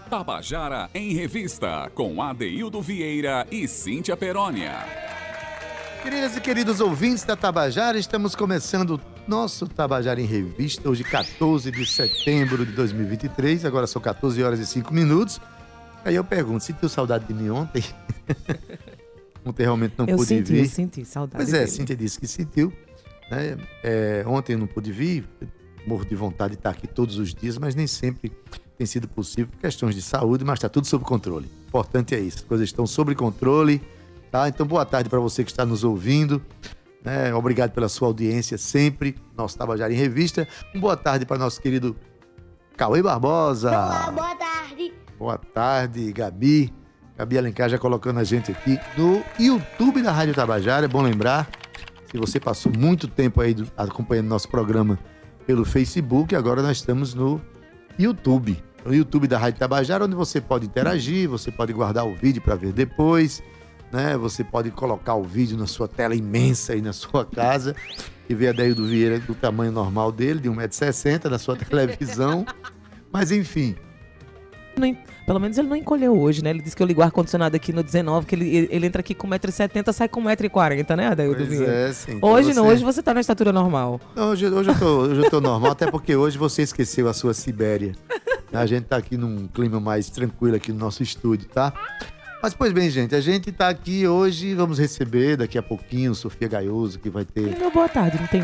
Tabajara em Revista, com Adeildo Vieira e Cíntia Perônia. Queridas e queridos ouvintes da Tabajara, estamos começando nosso Tabajara em Revista, hoje 14 de setembro de 2023, agora são 14 horas e 5 minutos. Aí eu pergunto, sentiu saudade de mim ontem? Ontem realmente não pude vir. Eu senti saudade Pois dele. Cíntia disse que sentiu. Né? Ontem eu não pude vir, morro de vontade de estar aqui todos os dias, mas nem sempre tem sido possível, questões de saúde, mas está tudo sob controle. O importante é isso, as coisas estão sob controle, tá? Então boa tarde para você que está nos ouvindo, né? Obrigado pela sua audiência sempre, nosso Tabajara em Revista. Boa tarde para nosso querido Cauê Barbosa. Olá, boa tarde. Boa tarde, Gabi. Gabi Alencar já colocando a gente aqui no YouTube da Rádio Tabajara. É bom lembrar, se você passou muito tempo aí acompanhando nosso programa pelo Facebook, agora nós estamos no YouTube da Rádio Tabajara, onde você pode interagir, você pode guardar o vídeo para ver depois, né? Você pode colocar o vídeo na sua tela imensa aí na sua casa e ver Adeildo Vieira do tamanho normal dele, de 1,60 m, na sua televisão. Mas enfim. Pelo menos ele não encolheu hoje, né? Ele disse que eu ligo o ar-condicionado aqui no 19, que ele entra aqui com 1,70 m, sai com 1,40 m, né, Adeildo Vieira? Sim. Hoje não, hoje você tá na estatura normal. Não, hoje eu tô normal, até porque hoje você esqueceu a sua Sibéria. A gente tá aqui num clima mais tranquilo aqui no nosso estúdio, tá? Mas, pois bem, gente, a gente tá aqui hoje, vamos receber daqui a pouquinho Sofia Gaioso, que vai ter... Meu boa tarde, não tem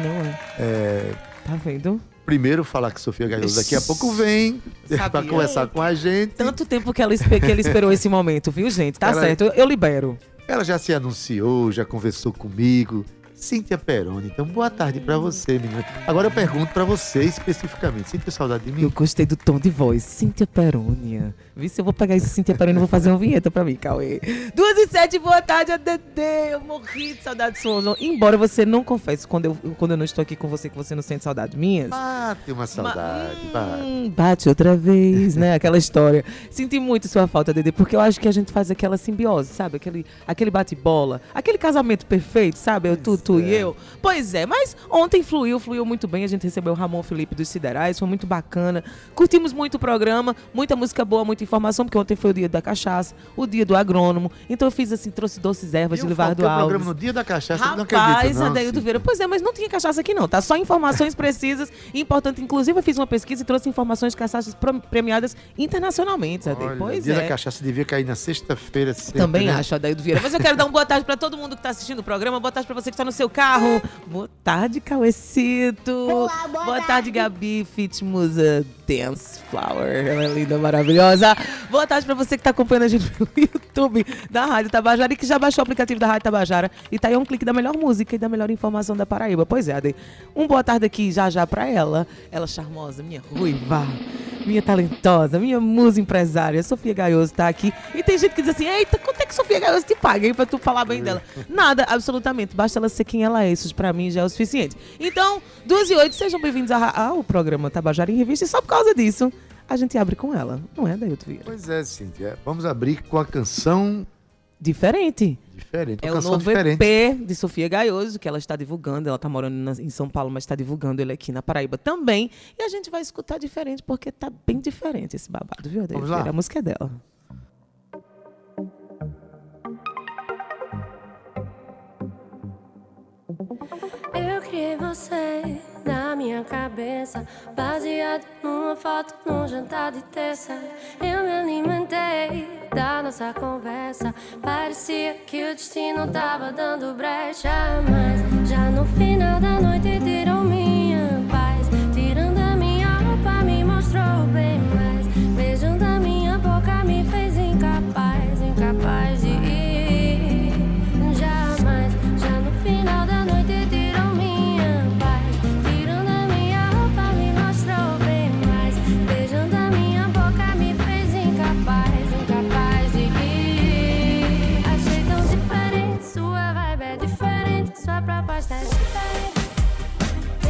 não, Tá vendo? Primeiro falar que Sofia Gaioso daqui a pouco vem para conversar com a gente. Tanto tempo que ele esperou esse momento, viu, gente? Tá certo, eu libero. Ela já se anunciou, já conversou comigo. Cíntia Perônia. Então, boa tarde pra você, menina. Agora eu pergunto pra você especificamente. Sentiu saudade de mim? Eu gostei do tom de voz. Cíntia Perônia. Vê se eu vou pegar esse Cíntia Perônia e vou fazer uma vinheta pra mim, Cauê. 2h07, boa tarde, ADD. Eu morri de saudade de sua. Embora você não confesse, quando eu não estou aqui com você, que você não sente saudade minhas. Bate uma saudade, bate outra vez, né? Aquela história. Senti muito sua falta, ADD, porque eu acho que a gente faz aquela simbiose, sabe? Aquele bate-bola, aquele casamento perfeito, sabe? Tu e eu. Pois é, mas ontem fluiu muito bem. A gente recebeu o Ramon Felipe dos Siderais, foi muito bacana. Curtimos muito o programa, muita música boa, muita informação, porque ontem foi o dia da cachaça, o dia do agrônomo. Então eu fiz assim, trouxe doces ervas de Livardo Alves. O programa no dia da cachaça, rapaz, não acredito, não. Adeildo Vieira. Pois é, mas não tinha cachaça aqui não, tá? Só informações precisas e importantes. Inclusive eu fiz uma pesquisa e trouxe informações de cachaças premiadas internacionalmente, Adeildo. Pois o dia da cachaça devia cair na sexta-feira sempre, também, né? acho, Adeildo Vieira. Mas eu quero dar uma boa tarde pra todo mundo que tá assistindo o programa. Boa tarde pra você que está no seu carro. Boa tarde, Cauecito. Olá, boa tarde, Gabi Fitmusa Dance Flower. Ela é linda, maravilhosa. Boa tarde pra você que tá acompanhando a gente pelo YouTube da Rádio Tabajara e que já baixou o aplicativo da Rádio Tabajara e tá aí um clique da melhor música e da melhor informação da Paraíba. Pois é, Ade. Boa tarde aqui já pra ela. Ela charmosa, minha ruiva, minha talentosa, minha musa empresária, Sofia Gaioso tá aqui. E tem gente que diz assim, eita, quanto é que Sofia Gaioso te paga, hein, pra tu falar bem dela? Nada, absolutamente. Basta ela ser quem ela é. Isso pra mim já é o suficiente. Então, 2h08, sejam bem-vindos ao programa Tabajara em Revista. E só por causa disso, a gente abre com ela. Não é, Adeildo Vieira? Pois é, Cíntia. Vamos abrir com a canção... Diferente. É o novo EP de Sofia Gaioso, que ela está divulgando. Ela está morando em São Paulo, mas está divulgando ele aqui na Paraíba também. E a gente vai escutar diferente, porque tá bem diferente esse babado, viu, Adeildo Vieira? A música é dela. Eu criei você na minha cabeça, baseado numa foto num jantar de terça. Eu me alimentei da nossa conversa, parecia que o destino tava dando brecha. Mas já no final da noite tirou minha paz, tirando a minha roupa me mostrou bem mais, beijando a minha boca me fez incapaz de ir. Jamais, já no final da noite tirou minha paz, tirando a minha roupa me mostrou bem mais, beijando a minha boca me fez incapaz de ir. Achei tão diferente, sua vibe é diferente, sua proposta é diferente.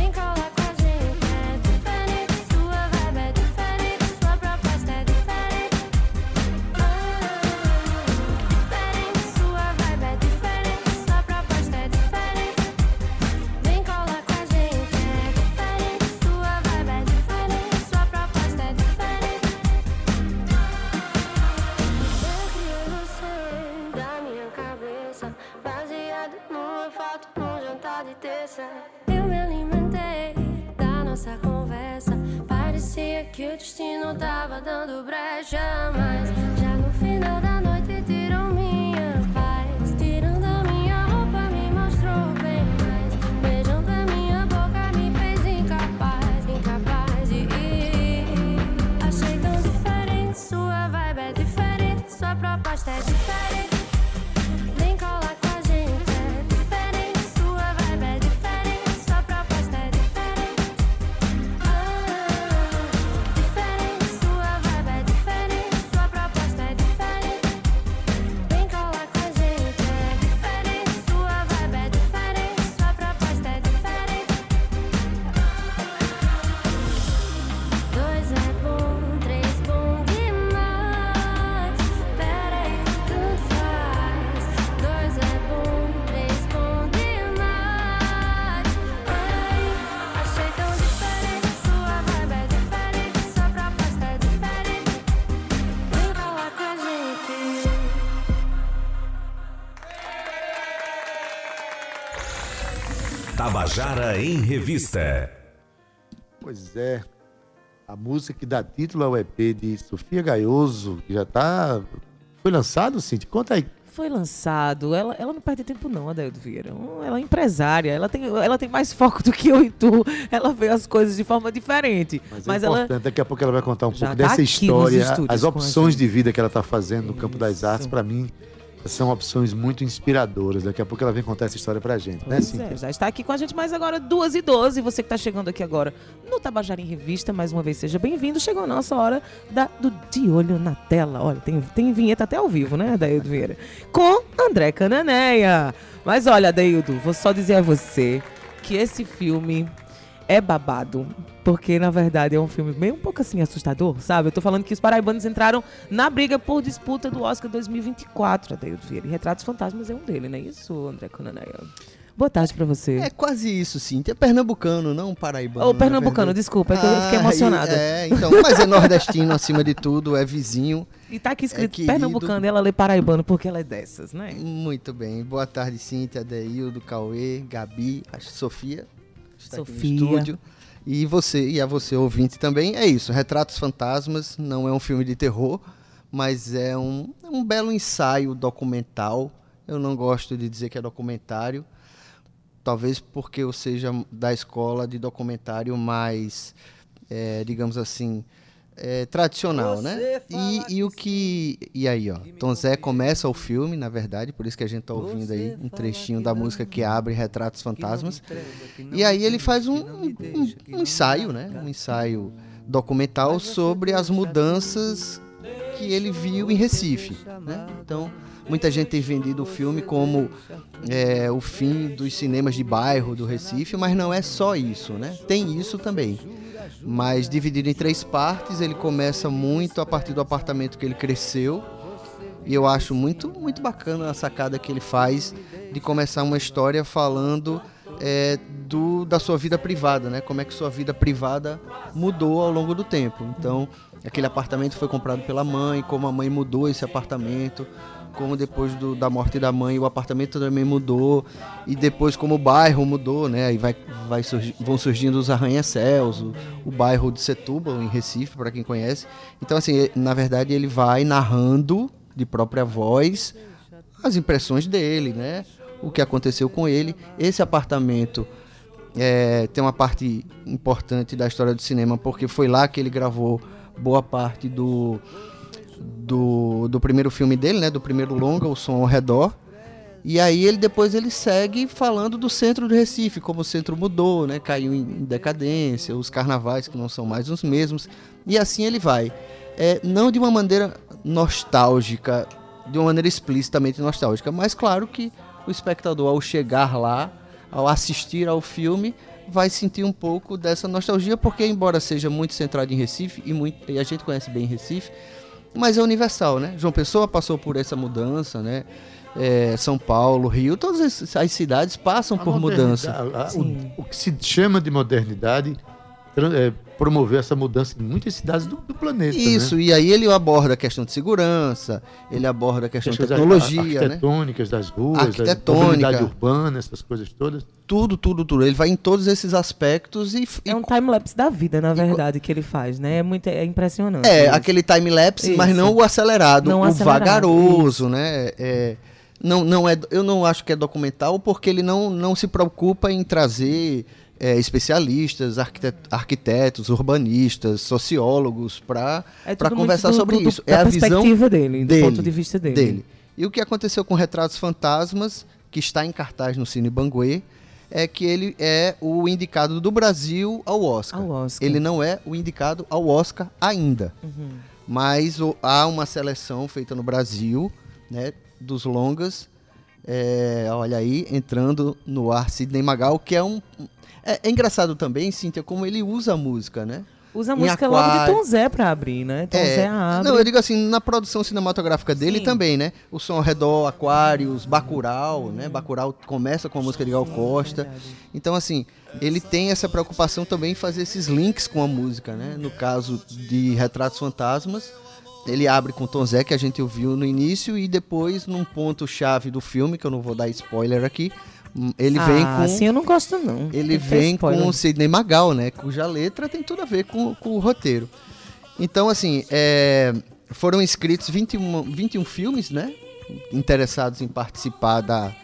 destino tava dando brecha, mas já no final da noite tirou minha paz. Tirando a minha roupa me mostrou bem mais. Beijando a minha boca me fez incapaz de ir. Achei tão diferente, sua vibe é diferente, sua proposta é diferente. Vem colar com a gente, é diferente, sua vibe é diferente, sua proposta é diferente. Diferente, sua vibe é diferente, sua proposta é diferente. Vem colar com a gente, é diferente, sua vibe é diferente, sua proposta é diferente. 2 é bom, 3 bom demais. Peraí, tanto faz. 2 é bom, 3 bom demais. Peraí, achei tão diferente, sua vibe é diferente, sua proposta é diferente. Vem colar com a gente. Tabajara em Revista. Pois é, a música que dá título ao EP de Sofia Gaioso, que já foi lançado, Cintia? Conta aí. Foi lançado. Ela não perde tempo não, Adaildo Vieira. Ela é empresária. Ela tem mais foco do que eu e tu. Ela vê as coisas de forma diferente. Mas é importante, daqui a pouco ela vai contar um Já pouco tá dessa aqui nos história, estúdios as com a opções gente. de vida que ela está fazendo no campo das Isso. artes, para mim, são opções muito inspiradoras. Daqui a pouco ela vem contar essa história pra gente, né, Pois Cintia? é, já está aqui com a gente mais agora, 2h12. Você que está chegando aqui agora no Tabajara em Revista, mais uma vez, seja bem-vindo. Chegou a nossa hora do De Olho na Tela. Olha, tem vinheta até ao vivo, né, Adaildo Vieira? Com André Cananeia. Mas olha, Adaildo, vou só dizer a você que esse filme é babado, porque na verdade é um filme meio um pouco assim assustador, sabe? Eu tô falando que os paraibanos entraram na briga por disputa do Oscar 2024, Adaildo Vieira. E Retratos Fantasmas é um dele, não é isso, André Cananeia? Boa tarde pra você. É quase isso, sim. É pernambucano, não paraibano. Ô, pernambucano, né? desculpa, é que eu fiquei emocionada. Então, mas é nordestino acima de tudo, é vizinho. E tá aqui escrito querido. pernambucano e ela lê paraibano porque ela é dessas, né? Muito bem. Boa tarde, Cíntia, Adeildo, Cauê, Gabi, acho que Sofia. Está aqui Sofia. no estúdio. E a você, ouvinte, também. É isso, Retratos Fantasmas não é um filme de terror, mas é um belo ensaio documental. Eu não gosto de dizer que é documentário, talvez porque eu seja da escola de documentário mais, digamos assim, tradicional, né? E aí, ó, Tom Zé começa o filme, na verdade, por isso que a gente tá ouvindo aí um trechinho da música que abre Retratos Fantasmas. E aí ele faz um ensaio, né? Um ensaio documental sobre as mudanças que ele viu em Recife, né? Então, muita gente tem vendido o filme como o fim dos cinemas de bairro do Recife, mas não é só isso, né? Tem isso também. Mas dividido em 3 partes, ele começa muito a partir do apartamento que ele cresceu. E eu acho muito, muito bacana a sacada que ele faz de começar uma história falando da sua vida privada, né? Como é que sua vida privada mudou ao longo do tempo. Então, aquele apartamento foi comprado pela mãe, como a mãe mudou esse apartamento, como depois da morte da mãe o apartamento também mudou, e depois como o bairro mudou, né? Aí vão surgindo os arranha-céus, o bairro de Setúbal, em Recife, para quem conhece. Então, assim, na verdade, ele vai narrando de própria voz as impressões dele, né? O que aconteceu com ele. Esse apartamento tem uma parte importante da história do cinema, porque foi lá que ele gravou boa parte do primeiro filme dele, né? Do primeiro longa, O Som ao Redor. E aí depois ele segue falando do centro do Recife, como o centro mudou, né? Caiu em decadência, os carnavais que não são mais os mesmos. E assim ele vai. Não de uma maneira nostálgica, de uma maneira explicitamente nostálgica, mas claro que o espectador, ao chegar lá, ao assistir ao filme, vai sentir um pouco dessa nostalgia, porque embora seja muito centrado em Recife, e a gente conhece bem Recife, mas é universal, né? João Pessoa passou por essa mudança, né? São Paulo, Rio, todas as cidades passam por mudança. O que se chama de modernidade promover essa mudança em muitas cidades do planeta. Isso, né? E aí ele aborda a questão de segurança, ele aborda a questão de Questões tecnologia, né? arquitetônicas das ruas, da Arquitetônica. mobilidade urbana, essas coisas todas. Tudo. Ele vai em todos esses aspectos e É um time-lapse da vida, na verdade, que ele faz, né? É impressionante. aquele time-lapse, mas Isso. não o acelerado, Não o acelerado, vagaroso, né? Eu não acho que é documental porque ele não se preocupa em trazer especialistas, arquitetos, urbanistas, sociólogos para tudo conversar muito sobre isso. Da É a visão perspectiva dele, do ponto de vista dele. E o que aconteceu com Retratos Fantasmas, que está em cartaz no Cine Banguê, é que ele é o indicado do Brasil ao Oscar. Ele não é o indicado ao Oscar ainda. Mas há uma seleção feita no Brasil, né, dos longas. Olha aí, entrando no ar, Sidney Magal, que é É engraçado também, Cíntia, como ele usa a música, né? Usa a música logo de Tom Zé pra abrir, né? Tom Zé abre. Não, eu digo assim, na produção cinematográfica dele Sim. também, né? O Som ao Redor, Aquários, Bacurau, né? Bacurau começa com a música de Gal Costa. Verdade. Então, assim, ele tem essa preocupação também em fazer esses links com a música, né? No caso de Retratos Fantasmas, ele abre com Tom Zé, que a gente ouviu no início, e depois, num ponto-chave do filme, que eu não vou dar spoiler aqui, ele vem com... Assim eu não gosto, não. Ele vem com o Sidney Magal, né? Cuja letra tem tudo a ver com o roteiro. Então, assim, foram inscritos 21 filmes, né? Interessados em participar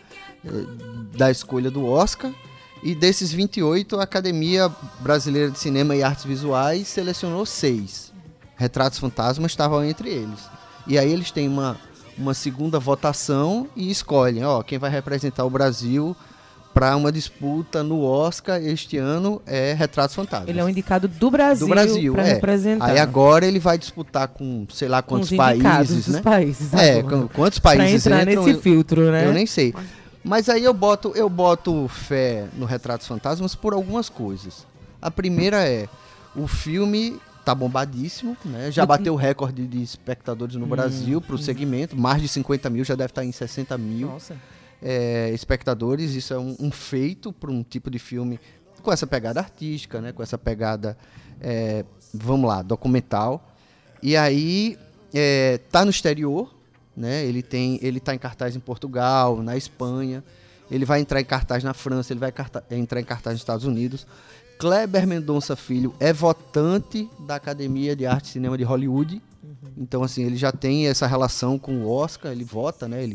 da escolha do Oscar. E desses 28, a Academia Brasileira de Cinema e Artes Visuais selecionou 6. Retratos Fantasmas estavam entre eles. E aí eles têm uma segunda votação e escolhem, quem vai representar o Brasil para uma disputa no Oscar este ano é Retratos Fantasmas. Ele é um indicado do Brasil para representar. Aí agora ele vai disputar com sei lá quantos países, né? Países quantos países pra entrar entram, nesse filtro, né? Eu nem sei. Mas aí eu boto fé no Retratos Fantasmas por algumas coisas. A primeira o filme tá bombadíssimo, né? Já bateu o recorde de espectadores no Brasil pro segmento, mais de 50 mil, já deve estar em 60 mil. Nossa. Espectadores. Isso é um feito para um tipo de filme com essa pegada artística, né? Com essa pegada, vamos lá, documental. E aí tá no exterior, né? Ele tá em cartaz em Portugal, na Espanha, ele vai entrar em cartaz na França, ele vai entrar em cartaz nos Estados Unidos. Kleber Mendonça Filho é votante da Academia de Arte e Cinema de Hollywood. Então, assim, ele já tem essa relação com o Oscar, ele vota, né?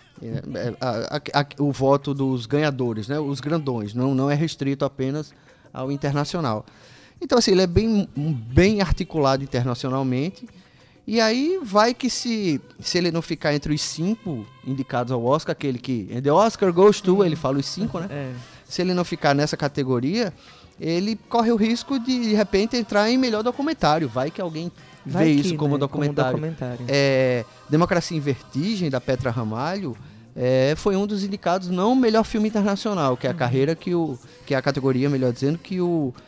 O voto dos ganhadores, né? Os grandões, não é restrito apenas ao internacional. Então, assim, ele é bem articulado internacionalmente. E aí vai que se ele não ficar entre os 5 indicados ao Oscar, aquele que The Oscar goes to, ele fala os 5, né? Se ele não ficar nessa categoria, ele corre o risco de repente entrar em melhor documentário. Vai que alguém vê isso como documentário. Democracia em Vertigem, da Petra Ramalho, foi um dos indicados, não o melhor filme internacional, que é a carreira que é a categoria, melhor dizendo, que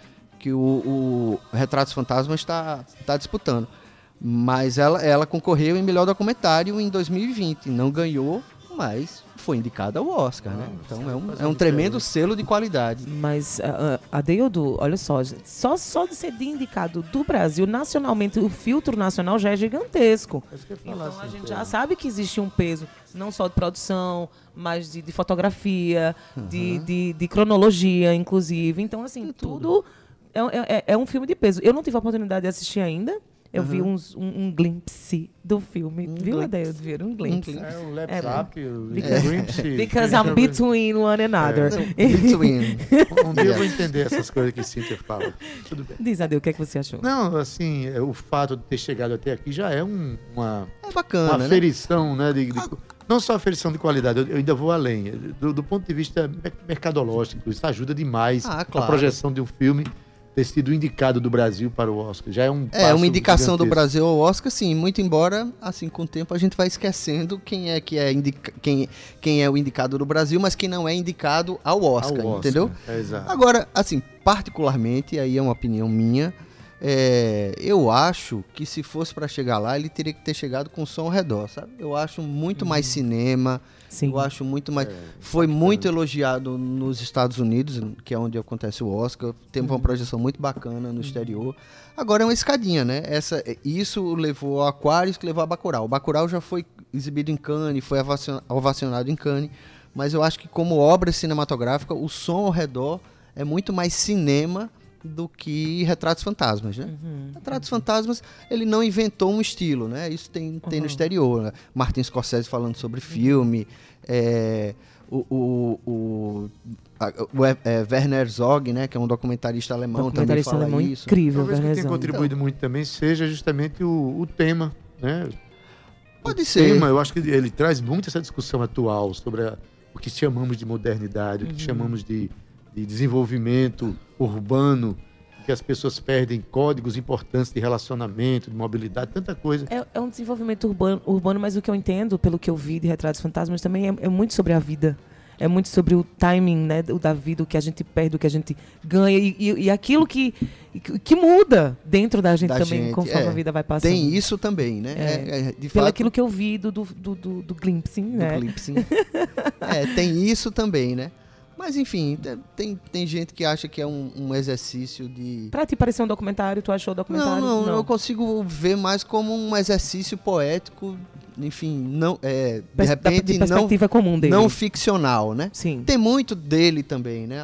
o Retratos Fantasmas está disputando. Mas ela concorreu em melhor documentário em 2020, não ganhou, mas foi indicada ao Oscar, né? Então é um tremendo selo de qualidade. Mas Adeildo, olha só, só de ser indicado do Brasil, nacionalmente, o filtro nacional já é gigantesco. Então a gente já sabe que existe um peso, não só de produção, mas de fotografia, de cronologia, inclusive. Então, assim, tudo é um filme de peso. Eu não tive a oportunidade de assistir ainda. Eu vi um glimpse do filme. Viu, Adeildo? Viram um glimpse? O laptop, o glimpse. Because I'm between one another. Between. Um dia eu vou entender essas coisas que Cíntia fala. Tudo bem. Diz, Adeildo, o que é que você achou? Não, assim, o fato de ter chegado até aqui já é uma bacana, uma aferição, né? Não só aferição de qualidade, eu ainda vou além. Do ponto de vista mercadológico, isso ajuda demais a projeção de um filme ter sido indicado do Brasil para o Oscar. Já é um passo uma indicação gigantesco. do Brasil ao Oscar, sim. Muito embora, assim, com o tempo a gente vai esquecendo quem é o indicado do Brasil, mas quem não é indicado ao Oscar, entendeu? Exato. Agora, assim, particularmente, aí é uma opinião minha, Eu acho que se fosse para chegar lá, ele teria que ter chegado com som ao redor, sabe? Eu acho muito mais cinema. Sim. Eu acho muito mais... Foi muito elogiado nos Estados Unidos, que é onde acontece o Oscar. Teve uma projeção muito bacana no exterior. Agora é uma escadinha, né? Isso levou a Aquarius, que levou a Bacurau. O Bacurau já foi exibido em Cannes, foi ovacionado em Cannes. Mas eu acho que como obra cinematográfica, o som ao redor é muito mais cinema do que Retratos Fantasmas, né? Retratos Fantasmas, ele não inventou um estilo, né? Isso tem no exterior, né? Martin Scorsese falando sobre filme, Werner Herzog, né? Que é um documentarista alemão, também fala isso. Incrível, Talvez que tenha contribuído muito também seja justamente o tema, né? Pode ser. Tema, eu acho que ele traz muito essa discussão atual sobre o que chamamos de modernidade, o que chamamos de desenvolvimento urbano, que as pessoas perdem códigos importantes de relacionamento, de mobilidade, tanta coisa. É um desenvolvimento urbano, mas o que eu entendo, pelo que eu vi de Retratos Fantasmas, também é muito sobre a vida. É muito sobre o timing, né, da vida, o que a gente perde, o que a gente ganha e aquilo que muda dentro da gente também, conforme a vida vai passando. Tem isso também, né? De pelo fato, aquilo que eu vi do glimpsing, né? do glimpsing. Tem isso também, né? Mas, enfim, tem gente que acha que é um exercício de... Pra ti parecer um documentário, tu achou o documentário? Não, eu consigo ver mais como um exercício poético, enfim, não, de repente, de perspectiva comum dele. Não ficcional, né? Sim. Tem muito dele também, né?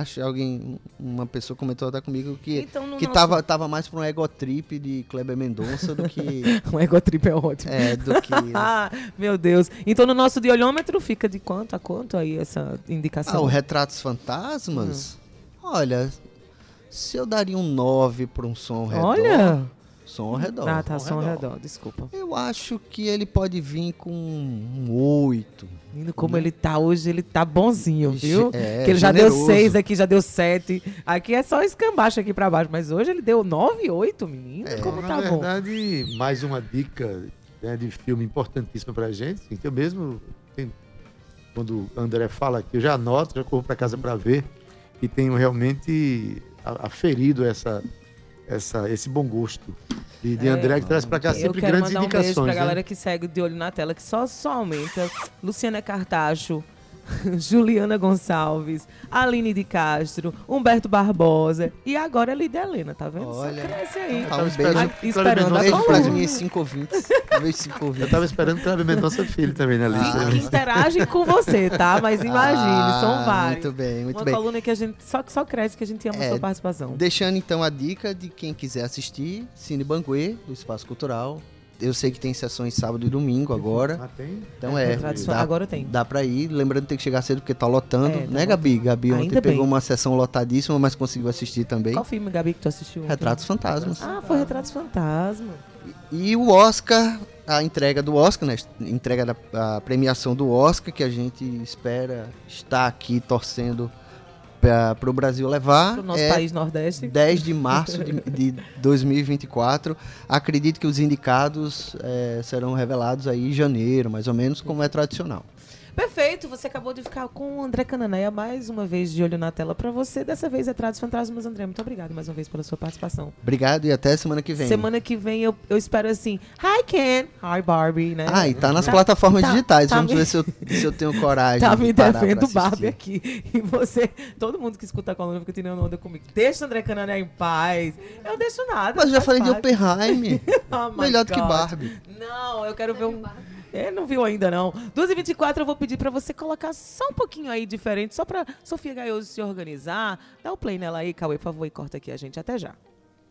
Uma pessoa comentou até comigo que tava mais pra um egotrip de Kleber Mendonça do que... Um egotrip é ótimo. Do que... Meu Deus. Então, no nosso diolhômetro fica de quanto a quanto aí essa indicação? O Retratos Fantasmas? Olha, se eu daria um 9 para um som ao redor... Olha! Som ao redor. Som ao redor, desculpa. Eu acho que ele pode vir com um 8. Menino, como ele tá hoje, ele tá bonzinho, viu? Que ele já generoso. deu 6 aqui, já deu 7. Aqui é só escambaço aqui pra baixo, mas hoje ele deu 9 e 8, menino. Como tá bom? Na verdade, mais uma dica, né, de filme importantíssima pra gente. Assim, que eu mesmo, quando o André fala aqui, eu já anoto, já corro pra casa pra ver. E tenho realmente aferido esse bom gosto de André, que traz pra cá sempre grandes indicações. Eu quero mandar um beijo pra galera que segue De Olho na Tela, que só aumenta. Luciana Cartacho, Juliana Gonçalves, Aline de Castro, Humberto Barbosa e agora Lídia Helena, tá vendo? Olha, só cresce aí. Esperando a coluna. Para as minhas 5 ouvintes. Eu tava esperando o Cláudio Mendonça Filho também na lista. Que interagem com você, tá? Mas imagine, são vários. Muito bem, muito Uma bem. Uma coluna que a gente só cresce, que a gente ama a sua participação. Deixando então a dica de quem quiser assistir, Cine Banguê, do Espaço Cultural. Eu sei que tem sessões sábado e domingo agora. Tem? Então agora tem. Dá pra ir. Lembrando que tem que chegar cedo porque tá lotando. Né, Gabi? Gabi ontem Ainda pegou bem. uma sessão lotadíssima, mas conseguiu assistir também. Qual filme, Gabi, que tu assistiu? Retratos Fantasmas. Foi Retratos Fantasma. E o Oscar, a entrega do Oscar, né? Entrega da premiação do Oscar, que a gente espera estar aqui torcendo para o Brasil levar. Para o nosso país Nordeste. 10 de março de 2024. Acredito que os indicados serão revelados aí em janeiro, mais ou menos, como é tradicional. Perfeito, você acabou de ficar com o André Cananeia mais uma vez de olho na tela para você. Dessa vez Retratos Fantasmas. André, muito obrigado mais uma vez pela sua participação. Obrigado e até semana que vem. Semana que vem eu espero assim, hi Ken, hi Barbie, né? E tá nas plataformas digitais. Vamos ver se eu tenho coragem. Tá me devendo Barbie aqui. E você, todo mundo que escuta a coluna fica tirando onda comigo. Deixa o André Cananeia em paz. Eu deixo nada. Mas eu já falei de Oppenheimer. Oh melhor do que Barbie. Não, eu quero ver um... não viu ainda, não. 2h24, eu vou pedir pra você colocar só um pouquinho aí diferente, só pra Sofia Gaioso se organizar. Dá o play nela aí, Cauê, por favor, e corta aqui a gente. Até já.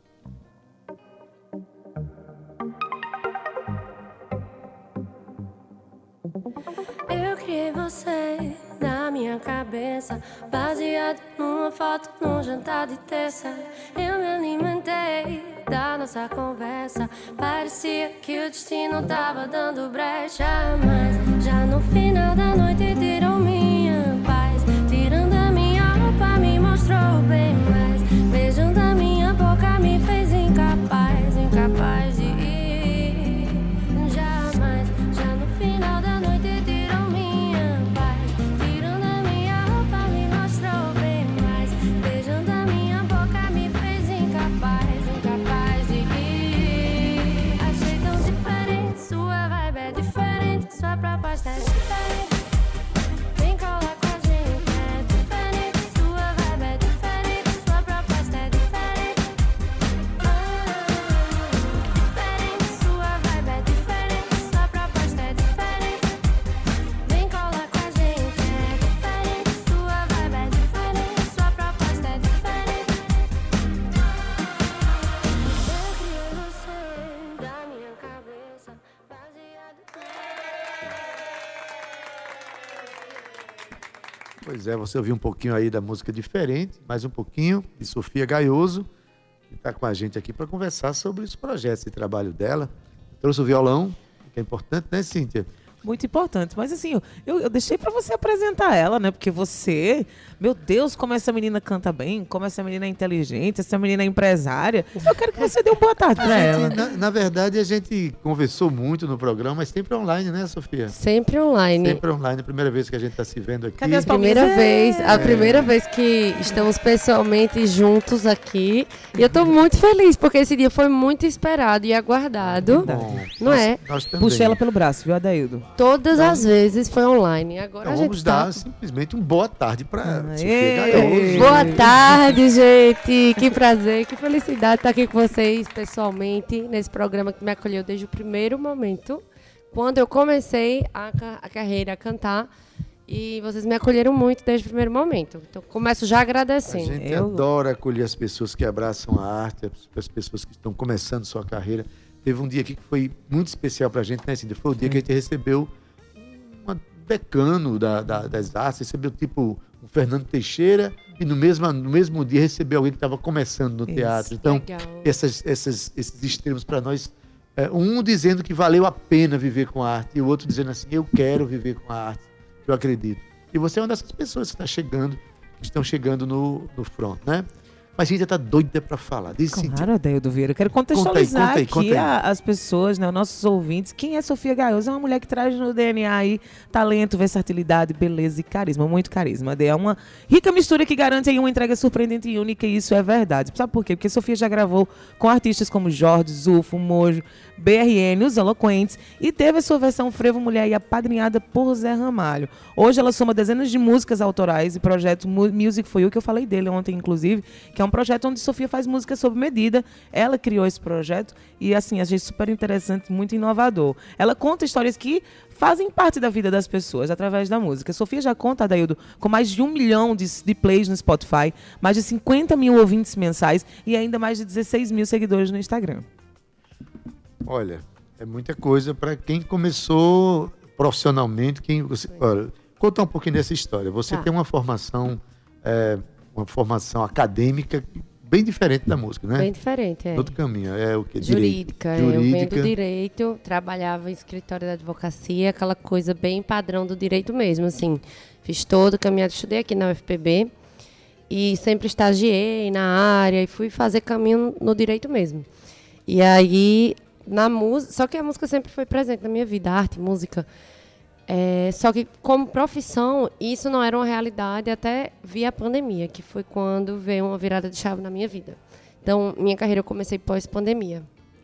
Eu criei você na minha cabeça, baseado numa foto num jantar de terça. Eu me alimentei da nossa conversa, parecia que o destino tava dando brecha. Mas já no final da noite tirou minha paz, tirando a minha roupa me mostrou bem mais, beijando a minha boca me fez incapaz de ir. Jamais, já no final da noite tirou minha paz, tirando a minha roupa me mostrou bem mais, beijando a minha boca me fez incapaz Pois é, você ouviu um pouquinho aí da música diferente, mais um pouquinho, de Sofia Gaioso, que está com a gente aqui para conversar sobre os projetos de trabalho dela. Trouxe o violão, que é importante, né, Cíntia? Muito importante. Mas assim, eu deixei pra você apresentar ela, né? Porque você, meu Deus, como essa menina canta bem, como essa menina é inteligente, essa menina é empresária. Eu quero que você dê uma boa tarde pra ela. Na verdade, a gente conversou muito no programa, mas sempre online, né, Sofia? Sempre online. Sempre online, a primeira vez que a gente está se vendo aqui. Cadê as A primeira vez que estamos pessoalmente juntos aqui. E eu tô muito feliz, porque esse dia foi muito esperado e aguardado. Bom, Não é? Nós também. Puxa ela pelo braço, viu, Adaildo? Todas as vezes foi online. Agora Então a gente vamos dar tá... simplesmente um boa tarde para Sofia Ei. Gaioso. Boa tarde, gente. Que prazer, que felicidade estar aqui com vocês pessoalmente nesse programa que me acolheu desde o primeiro momento, quando eu comecei a carreira a cantar. E vocês me acolheram muito desde o primeiro momento. Então, começo já A agradecendo. gente adora acolher as pessoas que abraçam a arte, as pessoas que estão começando sua carreira. Teve um dia aqui que foi muito especial pra gente, né, Cíntia? Foi o dia que a gente recebeu um decano das artes, recebeu tipo um Fernando Teixeira e no mesmo dia recebeu alguém que estava começando no teatro. Então, Legal. esses extremos para nós, um dizendo que valeu a pena viver com a arte e o outro dizendo assim, eu quero viver com a arte, eu acredito. E você é uma dessas pessoas que estão chegando no front, né? Mas a gente já tá doida para falar. Diz, Cíntia. Claro, Adaildo Vieira. Eu quero contextualizar Conta aí. as pessoas, né, os nossos ouvintes. Quem é Sofia Gaioso? É uma mulher que traz no DNA aí talento, versatilidade, beleza e carisma. Muito carisma. É uma rica mistura que garante aí uma entrega surpreendente e única, e isso é verdade. Sabe por quê? Porque Sofia já gravou com artistas como Jorge, Zufo, Mojo, BRN, Os Eloquentes, e teve a sua versão Frevo Mulher aí apadrinhada por Zé Ramalho. Hoje ela soma dezenas de músicas autorais e projeto Music For You, que eu falei dele ontem, inclusive, que é um projeto onde Sofia faz música sob medida. Ela criou esse projeto e, assim, achei super interessante, muito inovador. Ela conta histórias que fazem parte da vida das pessoas através da música. Sofia já conta, Adaildo, com mais de 1 milhão de plays no Spotify, mais de 50 mil ouvintes mensais e ainda mais de 16 mil seguidores no Instagram. Olha, é muita coisa para quem começou profissionalmente. Olha, conta um pouquinho dessa história. Você tem uma formação acadêmica bem diferente da música, né? Bem diferente, é. Outro caminho, é o que? Jurídica. Eu venho do direito, trabalhava em escritório da advocacia, aquela coisa bem padrão do direito mesmo, assim. Fiz todo o caminhado, estudei aqui na UFPB e sempre estagiei na área e fui fazer caminho no direito mesmo. E aí, na música, só que a música sempre foi presente na minha vida, arte, música. Só que como profissão, isso não era uma realidade até via a pandemia, que foi quando veio uma virada de chave na minha vida. Então, minha carreira eu comecei pós-pandemia.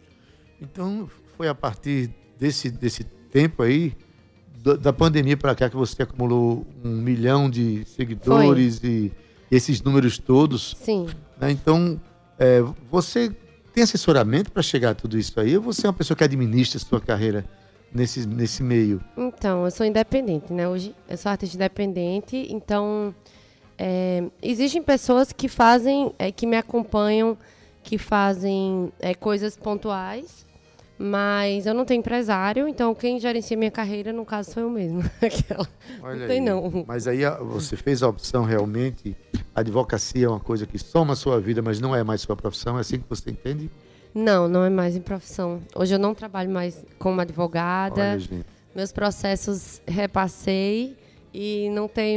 Então, foi a partir desse tempo aí, da pandemia para cá, que você acumulou 1 milhão de seguidores e esses números todos. Sim. Né? Então, você tem assessoramento para chegar a tudo isso aí? Ou você é uma pessoa que administra a sua carreira nesse meio? Então, eu sou independente, né? Hoje eu sou artista independente, então existem pessoas que fazem, que me acompanham, que fazem coisas pontuais, mas eu não tenho empresário, então quem gerencia minha carreira, no caso, sou eu mesmo. Olha não tem, aí. não. Mas aí você fez a opção realmente, a advocacia é uma coisa que soma a sua vida, mas não é mais sua profissão, é assim que você entende? Não, não é mais em profissão. Hoje eu não trabalho mais como advogada. Olha, gente. Meus processos repassei e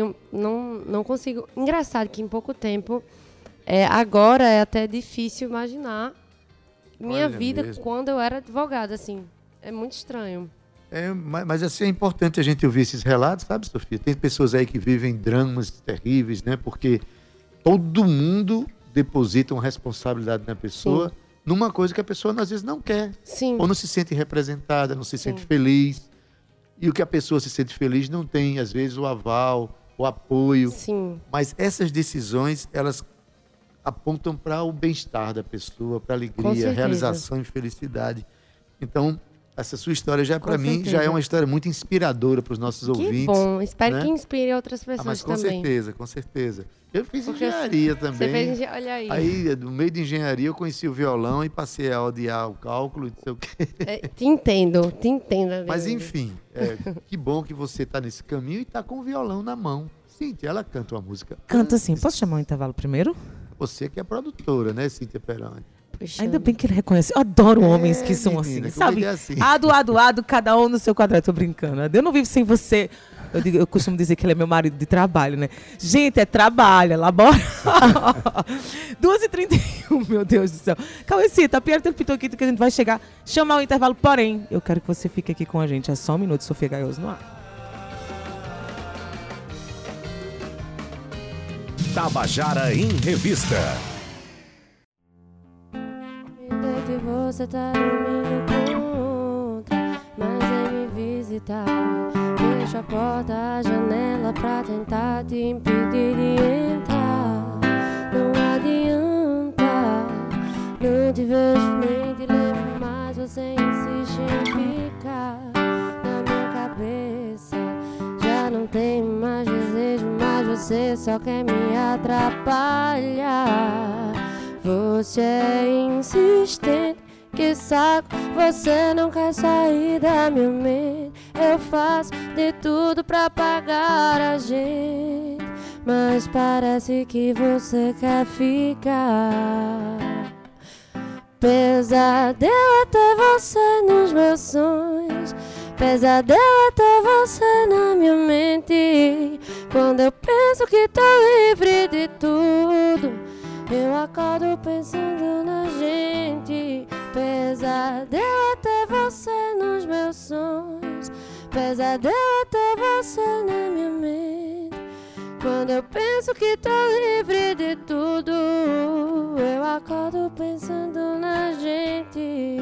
não consigo. Engraçado que em pouco tempo, agora é até difícil imaginar minha Olha vida mesmo. quando eu era advogada, assim. É muito estranho. Mas assim, é importante a gente ouvir esses relatos, sabe, Sofia? Tem pessoas aí que vivem dramas terríveis, né? Porque todo mundo deposita uma responsabilidade na pessoa. Sim. Numa coisa que a pessoa às vezes não quer. Sim. Ou não se sente representada, não se Sim. sente feliz. E o que a pessoa se sente feliz não tem, às vezes, o aval, o apoio. Sim. Mas essas decisões, elas apontam para o bem-estar da pessoa, para a alegria, realização e felicidade. Então, essa sua história já, para mim, já é uma história muito inspiradora para os nossos ouvintes. Que bom. Espero, né? que inspire outras pessoas mas com também. certeza, com certeza. Eu fiz engenharia também. Você fez engenharia, olha aí. Aí, no meio de engenharia, eu conheci o violão e passei a odiar o cálculo e não sei o quê. Te entendo. Mas, enfim, que bom que você está nesse caminho e está com o violão na mão. Cíntia, ela canta uma música. Canta sim. Posso chamar o intervalo primeiro? Você que é produtora, né, Cíntia Peroni? Puxa. Ainda bem que ele reconhece. Eu adoro homens que são menina, assim, como sabe? ele é assim. Ado, cada um no seu quadrado. Tô brincando. Eu não vivo sem você. Eu costumo dizer que ele é meu marido de trabalho, né? Gente, é trabalho, é laboral. 2h31, meu Deus do céu. Cauecita, a Pierre Pitoquito que a gente vai chegar, chamar o intervalo, porém, eu quero que você fique aqui com a gente. É só um minuto, Sofia Gaioso no ar. Tabajara em Revista. Que você tá dormindo contra, mas vem me visitar. Fecha a porta, a janela pra tentar te impedir de entrar. Não adianta, não te vejo nem te lembro mais. Você insiste em ficar na minha cabeça. Já não tenho mais desejo, mas você só quer me atrapalhar. Você é insistente, que saco, você não quer sair da minha mente. Eu faço de tudo pra apagar a gente, mas parece que você quer ficar. Pesadelo até você nos meus sonhos, pesadelo até você na minha mente. Quando eu penso que tô livre de tudo, eu acordo pensando na gente. Pesadelo até você nos meus sonhos, pesadelo até você na minha mente. Quando eu penso que tô livre de tudo, eu acordo pensando na gente.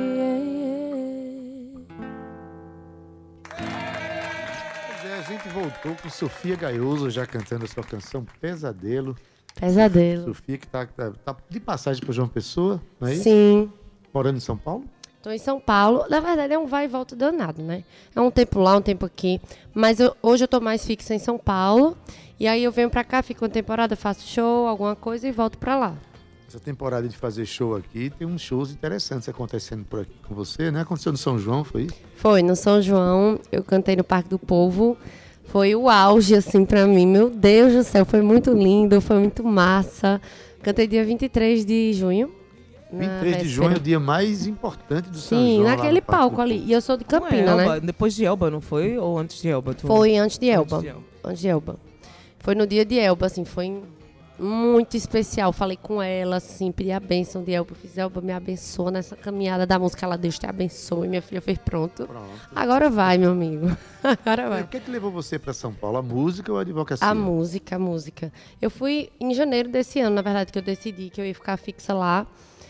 Pois é, a gente voltou com Sofia Gaioso já cantando a sua canção Pesadelo. Pesadelo. Sofia que tá de passagem por João Pessoa, não é isso? Sim. Morando em São Paulo? Estou em São Paulo. Na verdade, é um vai e volta danado, né? É um tempo lá, um tempo aqui. Mas hoje eu tô mais fixa em São Paulo. E aí eu venho pra cá, fico uma temporada, faço show, alguma coisa e volto pra lá. Essa temporada de fazer show aqui, tem uns shows interessantes acontecendo por aqui com você, né? Aconteceu no São João, foi isso? Foi, no São João, eu cantei no Parque do Povo. Foi o auge, assim, pra mim. Meu Deus do céu, foi muito lindo, foi muito massa. Cantei dia 23 de junho. 23 de junho é o dia mais importante do São Sim, João. naquele palco ali. E eu sou de Campina, né? Depois de Elba, não foi? Ou antes de Elba? Foi antes de Elba. Antes de Elba. Antes de Elba. Foi no dia de Elba, assim, foi muito especial. Falei com ela, assim, pedi a bênção de Elba. Fiz Elba, me abençoa nessa caminhada da música. Ela, Deus te abençoe. Minha filha fez pronto. Agora vai, meu amigo. Agora vai. O que levou você para São Paulo? A música ou a advocacia? A música. Eu fui em janeiro desse ano, na verdade, que eu decidi que eu ia ficar fixa lá.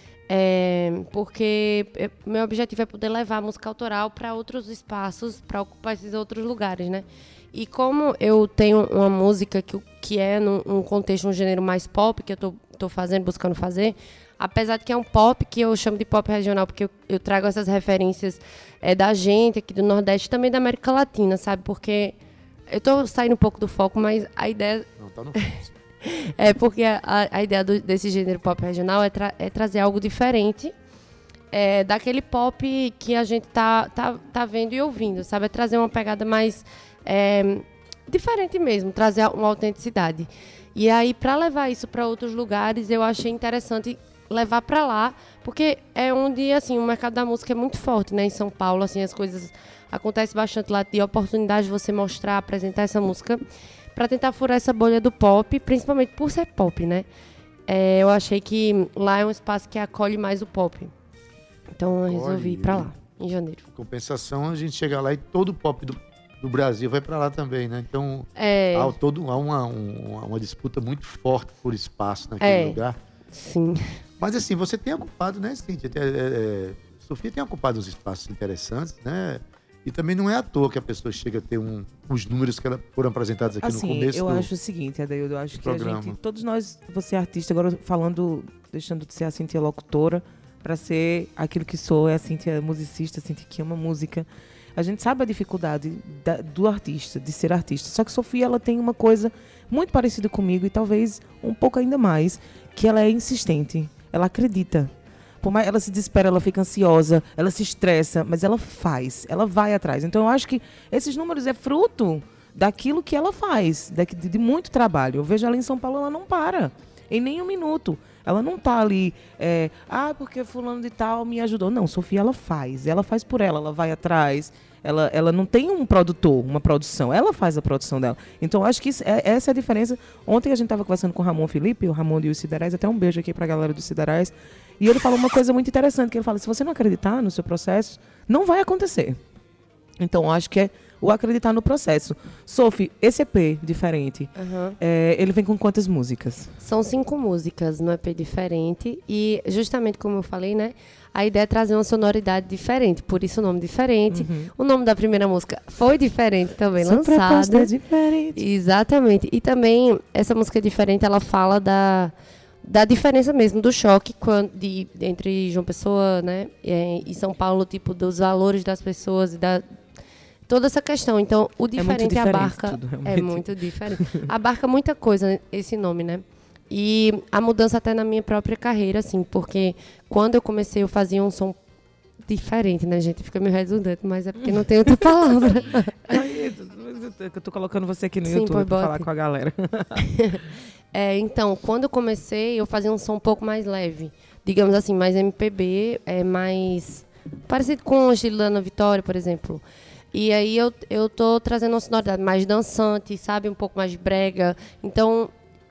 Porque meu objetivo é poder levar a música autoral para outros espaços, para ocupar esses outros lugares, né? E como eu tenho uma música que é num contexto, um gênero mais pop, que eu tô buscando fazer, apesar de que é um pop que eu chamo de pop regional, porque eu trago essas referências da gente aqui do Nordeste, também da América Latina, sabe? Porque eu tô saindo um pouco do foco, mas a ideia... Não, tá no foco. Porque a ideia desse gênero pop regional é trazer algo diferente daquele pop que a gente tá vendo e ouvindo, sabe? É trazer uma pegada mais diferente mesmo, trazer uma autenticidade. E aí, para levar isso para outros lugares, eu achei interessante levar para lá, porque é onde, assim, o mercado da música é muito forte, né? Em São Paulo, assim, as coisas acontecem bastante lá, de oportunidade de você mostrar, apresentar essa música, para tentar furar essa bolha do pop, principalmente por ser pop, né? Eu achei que lá é um espaço que acolhe mais o pop. Então eu resolvi ir para lá, em janeiro. Em compensação, a gente chega lá e todo o pop do Brasil vai para lá também, né? Então há uma disputa muito forte por espaço naquele lugar. Sim. Mas assim, você tem ocupado, né, Cíntia? Sofia tem ocupado uns espaços interessantes, né? E também não é à toa que a pessoa chega a ter os números que foram apresentados aqui assim, no começo. Eu acho o seguinte, Adaildo, eu acho que programa. a gente, todos nós, você é artista, agora falando, deixando de ser a Cíntia locutora, para ser aquilo que sou, é a Cíntia musicista, a Cíntia que ama música. A gente sabe a dificuldade do artista, de ser artista. Só que Sofia, ela tem uma coisa muito parecida comigo e talvez um pouco ainda mais, que ela é insistente, ela acredita. Por mais ela se desespera, ela fica ansiosa, ela se estressa, mas ela faz, ela vai atrás. Então eu acho que esses números é fruto daquilo que ela faz, de muito trabalho. Eu vejo ela em São Paulo, ela não para em nenhum minuto. Ela não tá ali, porque fulano de tal me ajudou. Não, Sofia, ela faz por ela vai atrás. Ela não tem um produtor, uma produção, ela faz a produção dela. Então, eu acho que essa é a diferença. Ontem a gente estava conversando com o Ramon Felipe, o Ramon e os Siderais, até um beijo aqui pra galera dos Siderais, e ele falou uma coisa muito interessante, que ele fala, se você não acreditar no seu processo, não vai acontecer. Então, eu acho que é o acreditar no processo. Sophie, esse EP diferente, ele vem com quantas músicas? São 5 músicas no EP diferente e justamente como eu falei, né, a ideia é trazer uma sonoridade diferente, por isso o nome diferente. O nome da primeira música foi diferente também, lançada. É diferente. Exatamente. E também essa música diferente, ela fala da diferença mesmo, do choque entre João Pessoa, né, e São Paulo, tipo, dos valores das pessoas e toda essa questão. Então, o diferente abarca... Tudo, é muito diferente. Abarca muita coisa, esse nome, né? E a mudança até na minha própria carreira, assim, porque quando eu comecei, eu fazia um som diferente, né, gente? Fica meio redundante, mas é porque não tem outra palavra. Eu tô colocando você aqui no Sim, YouTube pra falar com a galera. Então, quando eu comecei, eu fazia um som um pouco mais leve. Digamos assim, mais MPB, mais parecido com o estilo da Ana Vitória, por exemplo. E aí eu tô trazendo uma sonoridade mais dançante, sabe? Um pouco mais brega. Então,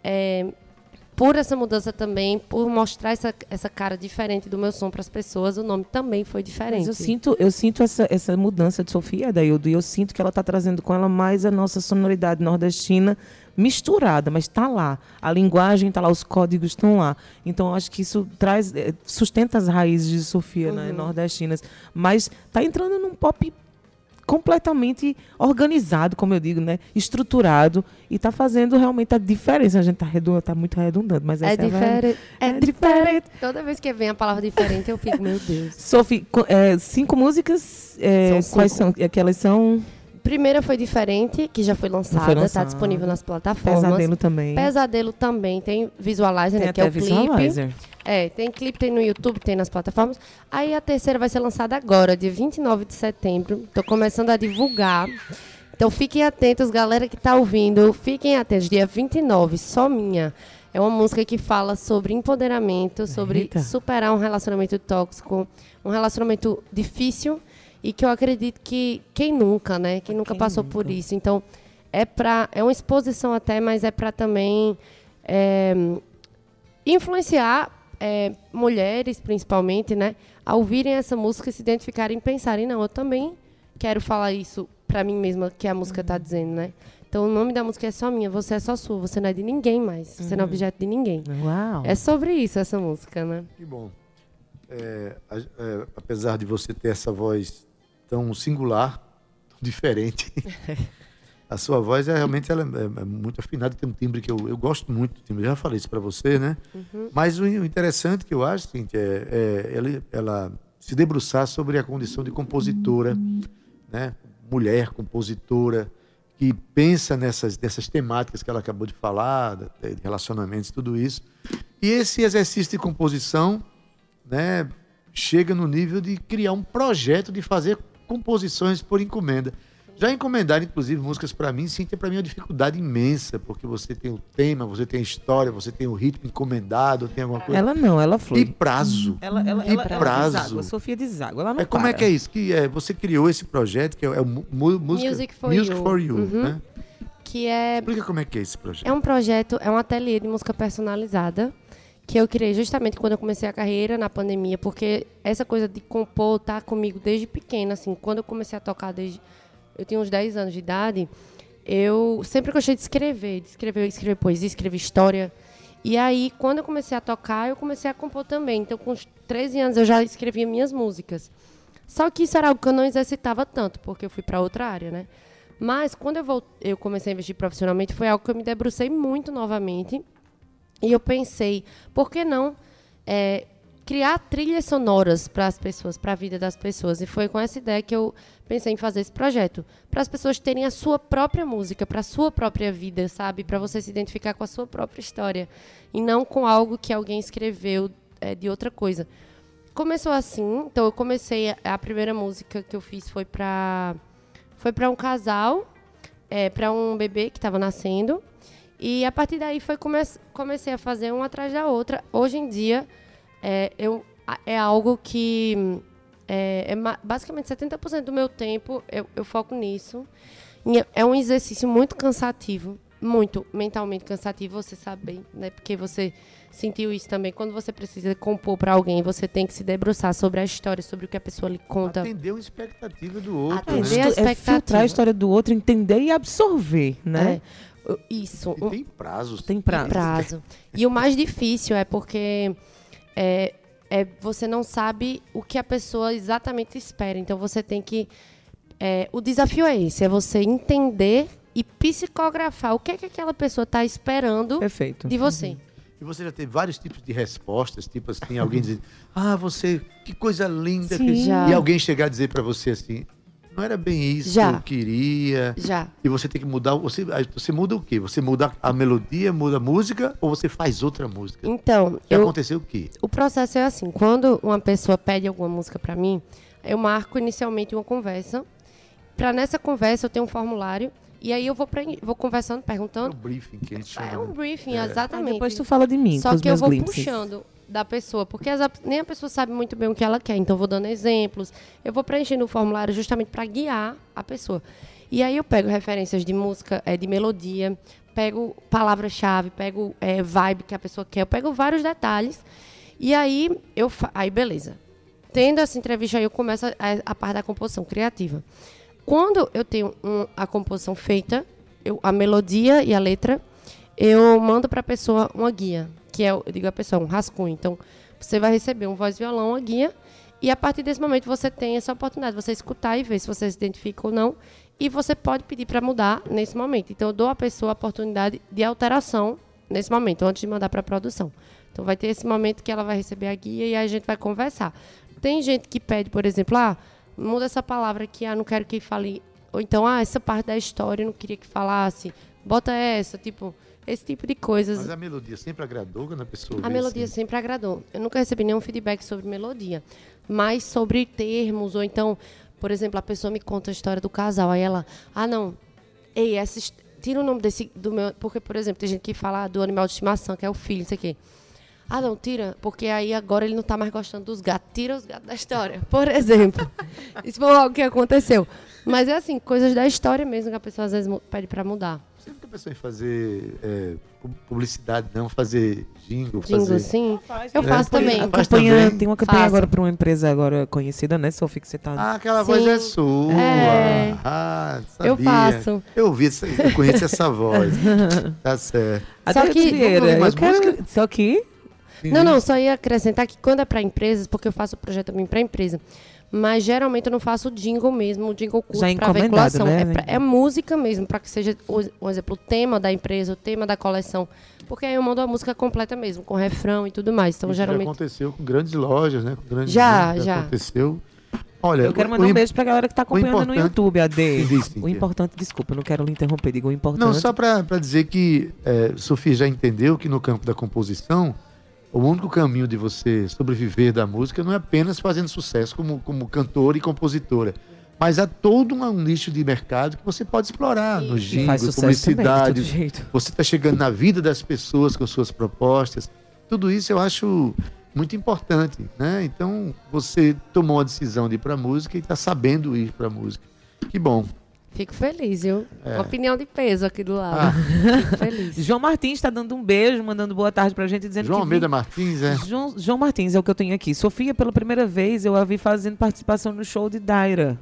por essa mudança também, por mostrar essa cara diferente do meu som para as pessoas, o nome também foi diferente. Mas eu sinto essa mudança de Sofia, Adaildo, e eu sinto que ela está trazendo com ela mais a nossa sonoridade nordestina misturada, mas está lá. A linguagem está lá, os códigos estão lá. Então, eu acho que isso sustenta as raízes de Sofia, né, nordestinas. Mas está entrando num pop completamente organizado, como eu digo, né? Estruturado, e está fazendo realmente a diferença. A gente está muito redundante, mas essa é diferente. Toda vez que vem a palavra diferente, eu fico, meu Deus. Sophie, 5 músicas, São 5. quais são? Aquelas são... Primeira foi Diferente, que já foi lançada, está disponível nas plataformas. Pesadelo também. Tem Visualizer, né, que é o clipe. Tem clipe, tem no YouTube, tem nas plataformas. Aí a terceira vai ser lançada agora, dia 29 de setembro. Estou começando a divulgar. Então fiquem atentos, galera que está ouvindo. Fiquem atentos, dia 29, só minha. É uma música que fala sobre empoderamento, sobre superar um relacionamento tóxico, um relacionamento difícil. E que eu acredito que quem nunca, né? Quem nunca passou por isso. Então, é uma exposição até, mas é para também influenciar mulheres, principalmente, né? A ouvirem essa música e se identificarem e pensarem, não, eu também quero falar isso para mim mesma, que a música está dizendo, né? Então, o nome da música é só minha, você é só sua, você não é de ninguém mais, você não é objeto de ninguém. Uau. É sobre isso, essa música, né? Que bom. Apesar de você ter essa voz tão singular, tão diferente, a sua voz realmente ela é muito afinada, tem um timbre que eu gosto muito do timbre, já falei isso para você, né? Mas o interessante que eu acho, Cíntia, ela se debruçar sobre a condição de compositora, né? Mulher compositora, que pensa nessas temáticas que ela acabou de falar, de relacionamentos, tudo isso. E esse exercício de composição, né, chega no nível de criar um projeto de fazer composições por encomenda. Já encomendar, inclusive, músicas para mim, Cíntia, para mim é uma dificuldade imensa, porque você tem o tema, você tem a história, você tem o ritmo encomendado, tem alguma coisa. Ela flui. E prazo. Ela deságua, a Sofia deságua, ela não como é que é isso? Você criou esse projeto, que é o Music for You. Né? Que é... Explica como é que é esse projeto. É um projeto, é um ateliê de música personalizada, que eu criei justamente quando eu comecei a carreira na pandemia, porque essa coisa de compor tá comigo desde pequena, assim, quando eu comecei a tocar eu tinha uns 10 anos de idade, eu sempre gostei de escrever poesia, escrever história. E aí, quando eu comecei a tocar, eu comecei a compor também. Então, com uns 13 anos, eu já escrevia minhas músicas. Só que isso era algo que eu não exercitava tanto, porque eu fui para outra área, né? Mas, quando eu comecei a investir profissionalmente, foi algo que eu me debrucei muito novamente. E eu pensei, por que não criar trilhas sonoras para as pessoas, para a vida das pessoas? E foi com essa ideia que eu pensei em fazer esse projeto, para as pessoas terem a sua própria música, para a sua própria vida, sabe? Para você se identificar com a sua própria história e não com algo que alguém escreveu de outra coisa. Começou assim, então eu comecei, a primeira música que eu fiz foi para um casal para um bebê que estava nascendo. E a partir daí comecei a fazer uma atrás da outra. Hoje em dia, é algo que basicamente 70% do meu tempo eu foco nisso. É um exercício muito cansativo, muito mentalmente cansativo, você sabe bem, né? Porque você sentiu isso também. Quando você precisa compor para alguém, você tem que se debruçar sobre a história, sobre o que a pessoa lhe conta. Atender a expectativa do outro. Atender Né? a expectativa. Filtrar a história do outro, entender e absorver, né? Isso. E tem prazos. Tem prazo. E o mais difícil é porque você não sabe o que a pessoa exatamente espera. Então, você tem que... o desafio é esse, é você entender e psicografar o que é que aquela pessoa está esperando Perfeito. de você. E você já teve vários tipos de respostas, tipo assim, alguém dizer, você, que coisa linda. Sim, já. E alguém chegar a dizer pra você assim, não era bem isso Já. que eu queria. Já. E você tem que mudar, você muda o quê? Você muda a melodia, muda a música ou você faz outra música? Então, Já aconteceu o quê? o processo é assim, quando uma pessoa pede alguma música para mim, eu marco inicialmente uma conversa. Para nessa conversa eu tenho um formulário e aí eu vou conversando, É perguntando. um briefing que a gente chama. É um briefing, Aí exatamente. depois tu fala de mim, Só com os que eu meus vou glimpses. puxando da pessoa, porque nem a pessoa sabe muito bem o que ela quer, então eu vou dando exemplos, eu vou preenchendo o formulário justamente para guiar a pessoa. E aí eu pego referências de música, de melodia, pego palavra-chave, pego vibe que a pessoa quer, eu pego vários detalhes, e aí aí beleza. Tendo essa entrevista aí, eu começo a parte da composição criativa. Quando eu tenho a composição feita, a melodia e a letra, eu mando para a pessoa uma guia, que eu digo a pessoa, um rascunho. Então, você vai receber um voz e violão, uma guia, e a partir desse momento você tem essa oportunidade de você escutar e ver se você se identifica ou não, e você pode pedir para mudar nesse momento. Então, eu dou à pessoa a oportunidade de alteração nesse momento, antes de mandar para a produção. Então, vai ter esse momento que ela vai receber a guia e aí a gente vai conversar. Tem gente que pede, por exemplo, muda essa palavra aqui, não quero que fale... Ou então, essa parte da história eu não queria que falasse. Bota essa, esse tipo de coisas. Mas a melodia sempre agradou quando a pessoa A vê melodia assim? sempre agradou. Eu nunca recebi nenhum feedback sobre melodia, mas sobre termos, ou então, por exemplo, a pessoa me conta a história do casal, aí ela, tira o nome do meu... Porque, por exemplo, tem gente que fala do animal de estimação, que é o filho, não sei o quê. Não, tira, porque aí agora ele não está mais gostando dos gatos. Tira os gatos da história, por exemplo. Isso foi algo que aconteceu. Mas é assim, coisas da história mesmo que a pessoa às vezes pede para mudar. Você nunca pensou em fazer publicidade, não? Fazer jingle? Jingle, sim. Eu faço também. Faz Campanha, também? tem uma campanha Faço. agora para uma empresa agora conhecida, né, Sophie, que você tá... Aquela Sim. voz é sua. É. Sabia. Eu faço. Eu conheço essa voz. Tá certo. Só que- Vieira, Vamos ouvir mais eu quero... música? Só que... Não, só ia acrescentar que quando é para empresas, porque eu faço o projeto também para empresa, mas geralmente eu não faço o jingle mesmo, o jingle curto Já é para encomendado, veiculação. né? É música mesmo, para que seja, por exemplo, o tema da empresa, o tema da coleção. Porque aí eu mando a música completa mesmo, com refrão e tudo mais. Então, Isso geralmente... já aconteceu com grandes lojas, né? Com grandes Já, eventos, já. aconteceu. Olha, Eu quero mandar um beijo pra galera que tá acompanhando no importante- YouTube, AD. Me diz, Cíntia. O importante, desculpa, eu não quero lhe interromper, digo o importante. Não, só para dizer que Sofia já entendeu que no campo da composição, o único caminho de você sobreviver da música não é apenas fazendo sucesso como cantora e compositora, mas há todo um nicho de mercado que você pode explorar no E faz jingle, sucesso também, de publicidade. todo jeito. Você está chegando na vida das pessoas com suas propostas. Tudo isso eu acho muito importante, né? Então, você tomou a decisão de ir para a música e está sabendo ir para a música. Que bom. Fico feliz, viu? Uma opinião de peso aqui do lado. Ah. Fico feliz. João Martins está dando um beijo, mandando boa tarde pra gente, dizendo João que... Almeida Martins, João Martins é o que eu tenho aqui. Sofia, pela primeira vez, eu a vi fazendo participação no show de Daira.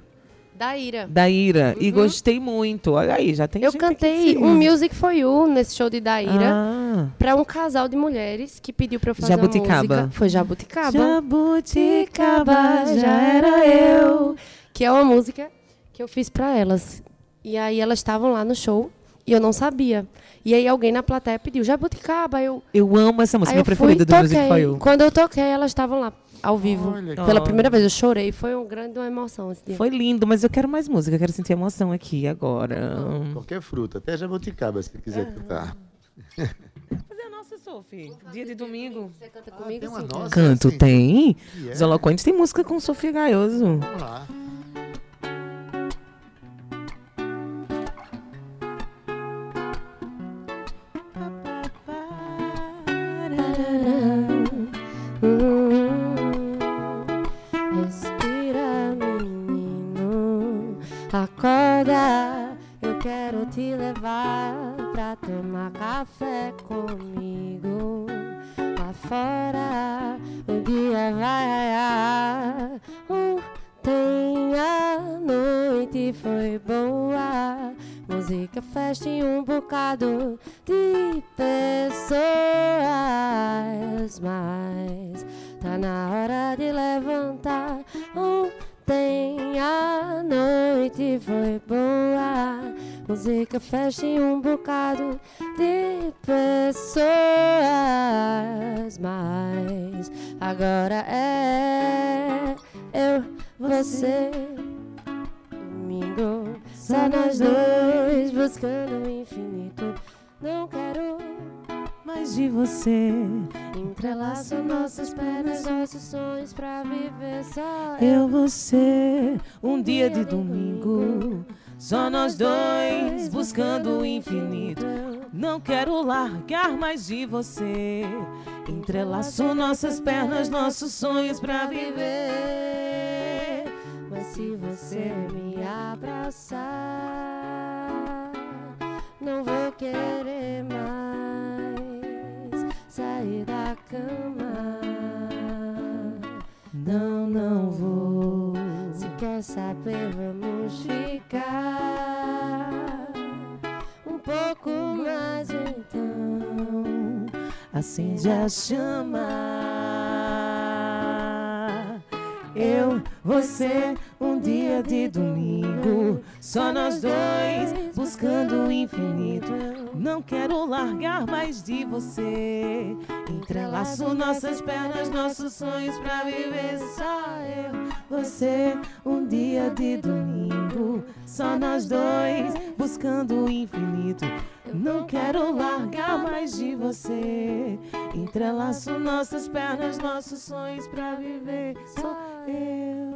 Daíra. E gostei muito. Olha aí, já tem Eu gente aqui cantei sim. um Music for You nesse show de Daíra Ah. para um casal de mulheres que pediu para eu fazer Jabuticaba. uma música. Foi Jabuticaba. Jabuticaba, já era eu. Que é uma música que eu fiz para elas. E aí elas estavam lá no show e eu não sabia. E aí alguém na plateia pediu Jabuticaba. Eu amo essa música, Aí minha eu fui preferida e do Music for toquei. You. Quando eu toquei, elas estavam lá, ao vivo. Olha Pela que- primeira vez eu chorei. Foi uma grande emoção esse dia. Foi lindo, mas eu quero mais música, eu quero sentir emoção aqui agora. Qualquer fruta, até jabuticaba, se quiser cantar. Mas é a nossa, Sophie. Dia de domingo. Você canta comigo, Tem uma sim? nossa, Canto, assim, tem. que é? Os Eloquentes tem música com Sofia Gaioso. Vamos lá. Acorda, eu quero te levar pra tomar café comigo. Lá fora o dia vai raiar. Ontem a noite foi boa. Música, festa e um bocado de pessoas. Mas tá na hora de levantar. Ontem a noite foi boa. Música, festa e um bocado de pessoas. Mas agora é eu, você, domingo. Só nós dois buscando o infinito. Não quero mais de você. Entrelaço nossas pernas, nossos sonhos pra viver só Eu, você, um dia de domingo. Só nós dois buscando o infinito. Não quero largar mais de você. Entrelaço nossas pernas, nossos sonhos pra viver. Mas se você me abraçar, não vou querer mais sair da cama. Não, não vou. Se quer saber, vamos ficar um pouco mais então. Acende a chama. Eu, você, um dia de domingo. Só nós dois buscando o infinito. Não quero largar mais de você. Entrelaço nossas pernas, nossos sonhos pra viver só eu, você, um dia de domingo. Só nós dois buscando o infinito. Não quero largar mais de você. Entrelaço nossas pernas, nossos sonhos pra viver só eu.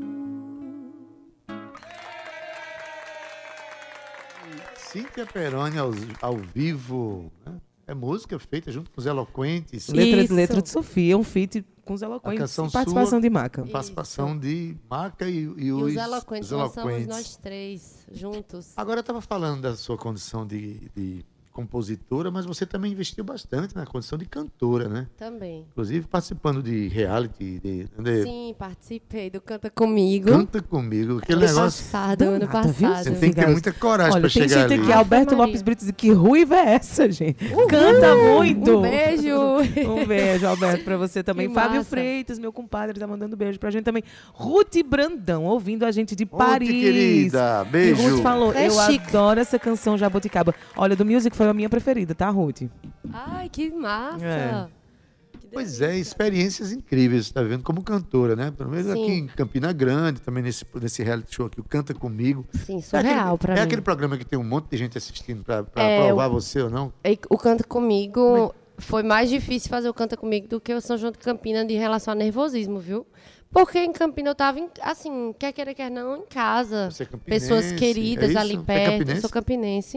Cíntia Peroni ao vivo, né? É música feita junto com os Eloquentes. Letra de Sofia, um feat com os A Eloquentes. canção Participação sua, de Maca. Participação de Maca e os Eloquentes, nós somos nós três juntos. Agora eu estava falando da sua condição de compositora, mas você também investiu bastante na condição de cantora, né? Também. Inclusive participando de reality. Sim, participei do Canta Comigo. Canta Comigo, aquele negócio. Ano passado. Você tem que ter muita coragem Olha, para tem chegar gente ali. aqui, Alberto Maria. Lopes Brito, diz que ruiva é essa, gente? Canta muito. Um beijo. Um beijo, Alberto, pra você também. Que Fábio massa. Freitas, meu compadre, tá mandando beijo pra gente também. Ruth Brandão, ouvindo a gente de Ruth, Paris. querida, beijo. E Ruth falou, É eu chique. adoro essa canção Jaboticaba. Olha, do Music foi a minha preferida, tá, Ruth? Ai, que massa. É. Que Pois delícia. é, experiências incríveis, você tá vendo, como cantora, né? Pelo menos Sim. aqui em Campina Grande, também nesse reality show aqui, o Canta Comigo. Sim, É surreal pra é mim. aquele programa que tem um monte de gente assistindo pra É, provar você ou não? E o Canta Comigo foi mais difícil fazer o Canta Comigo do que o São João de Campina de relação a nervosismo, viu? Porque em Campina eu tava, assim, quer queira, quer não, em casa. Você é campinense, Pessoas queridas é isso? ali Você é perto. Eu campinense? sou campinense.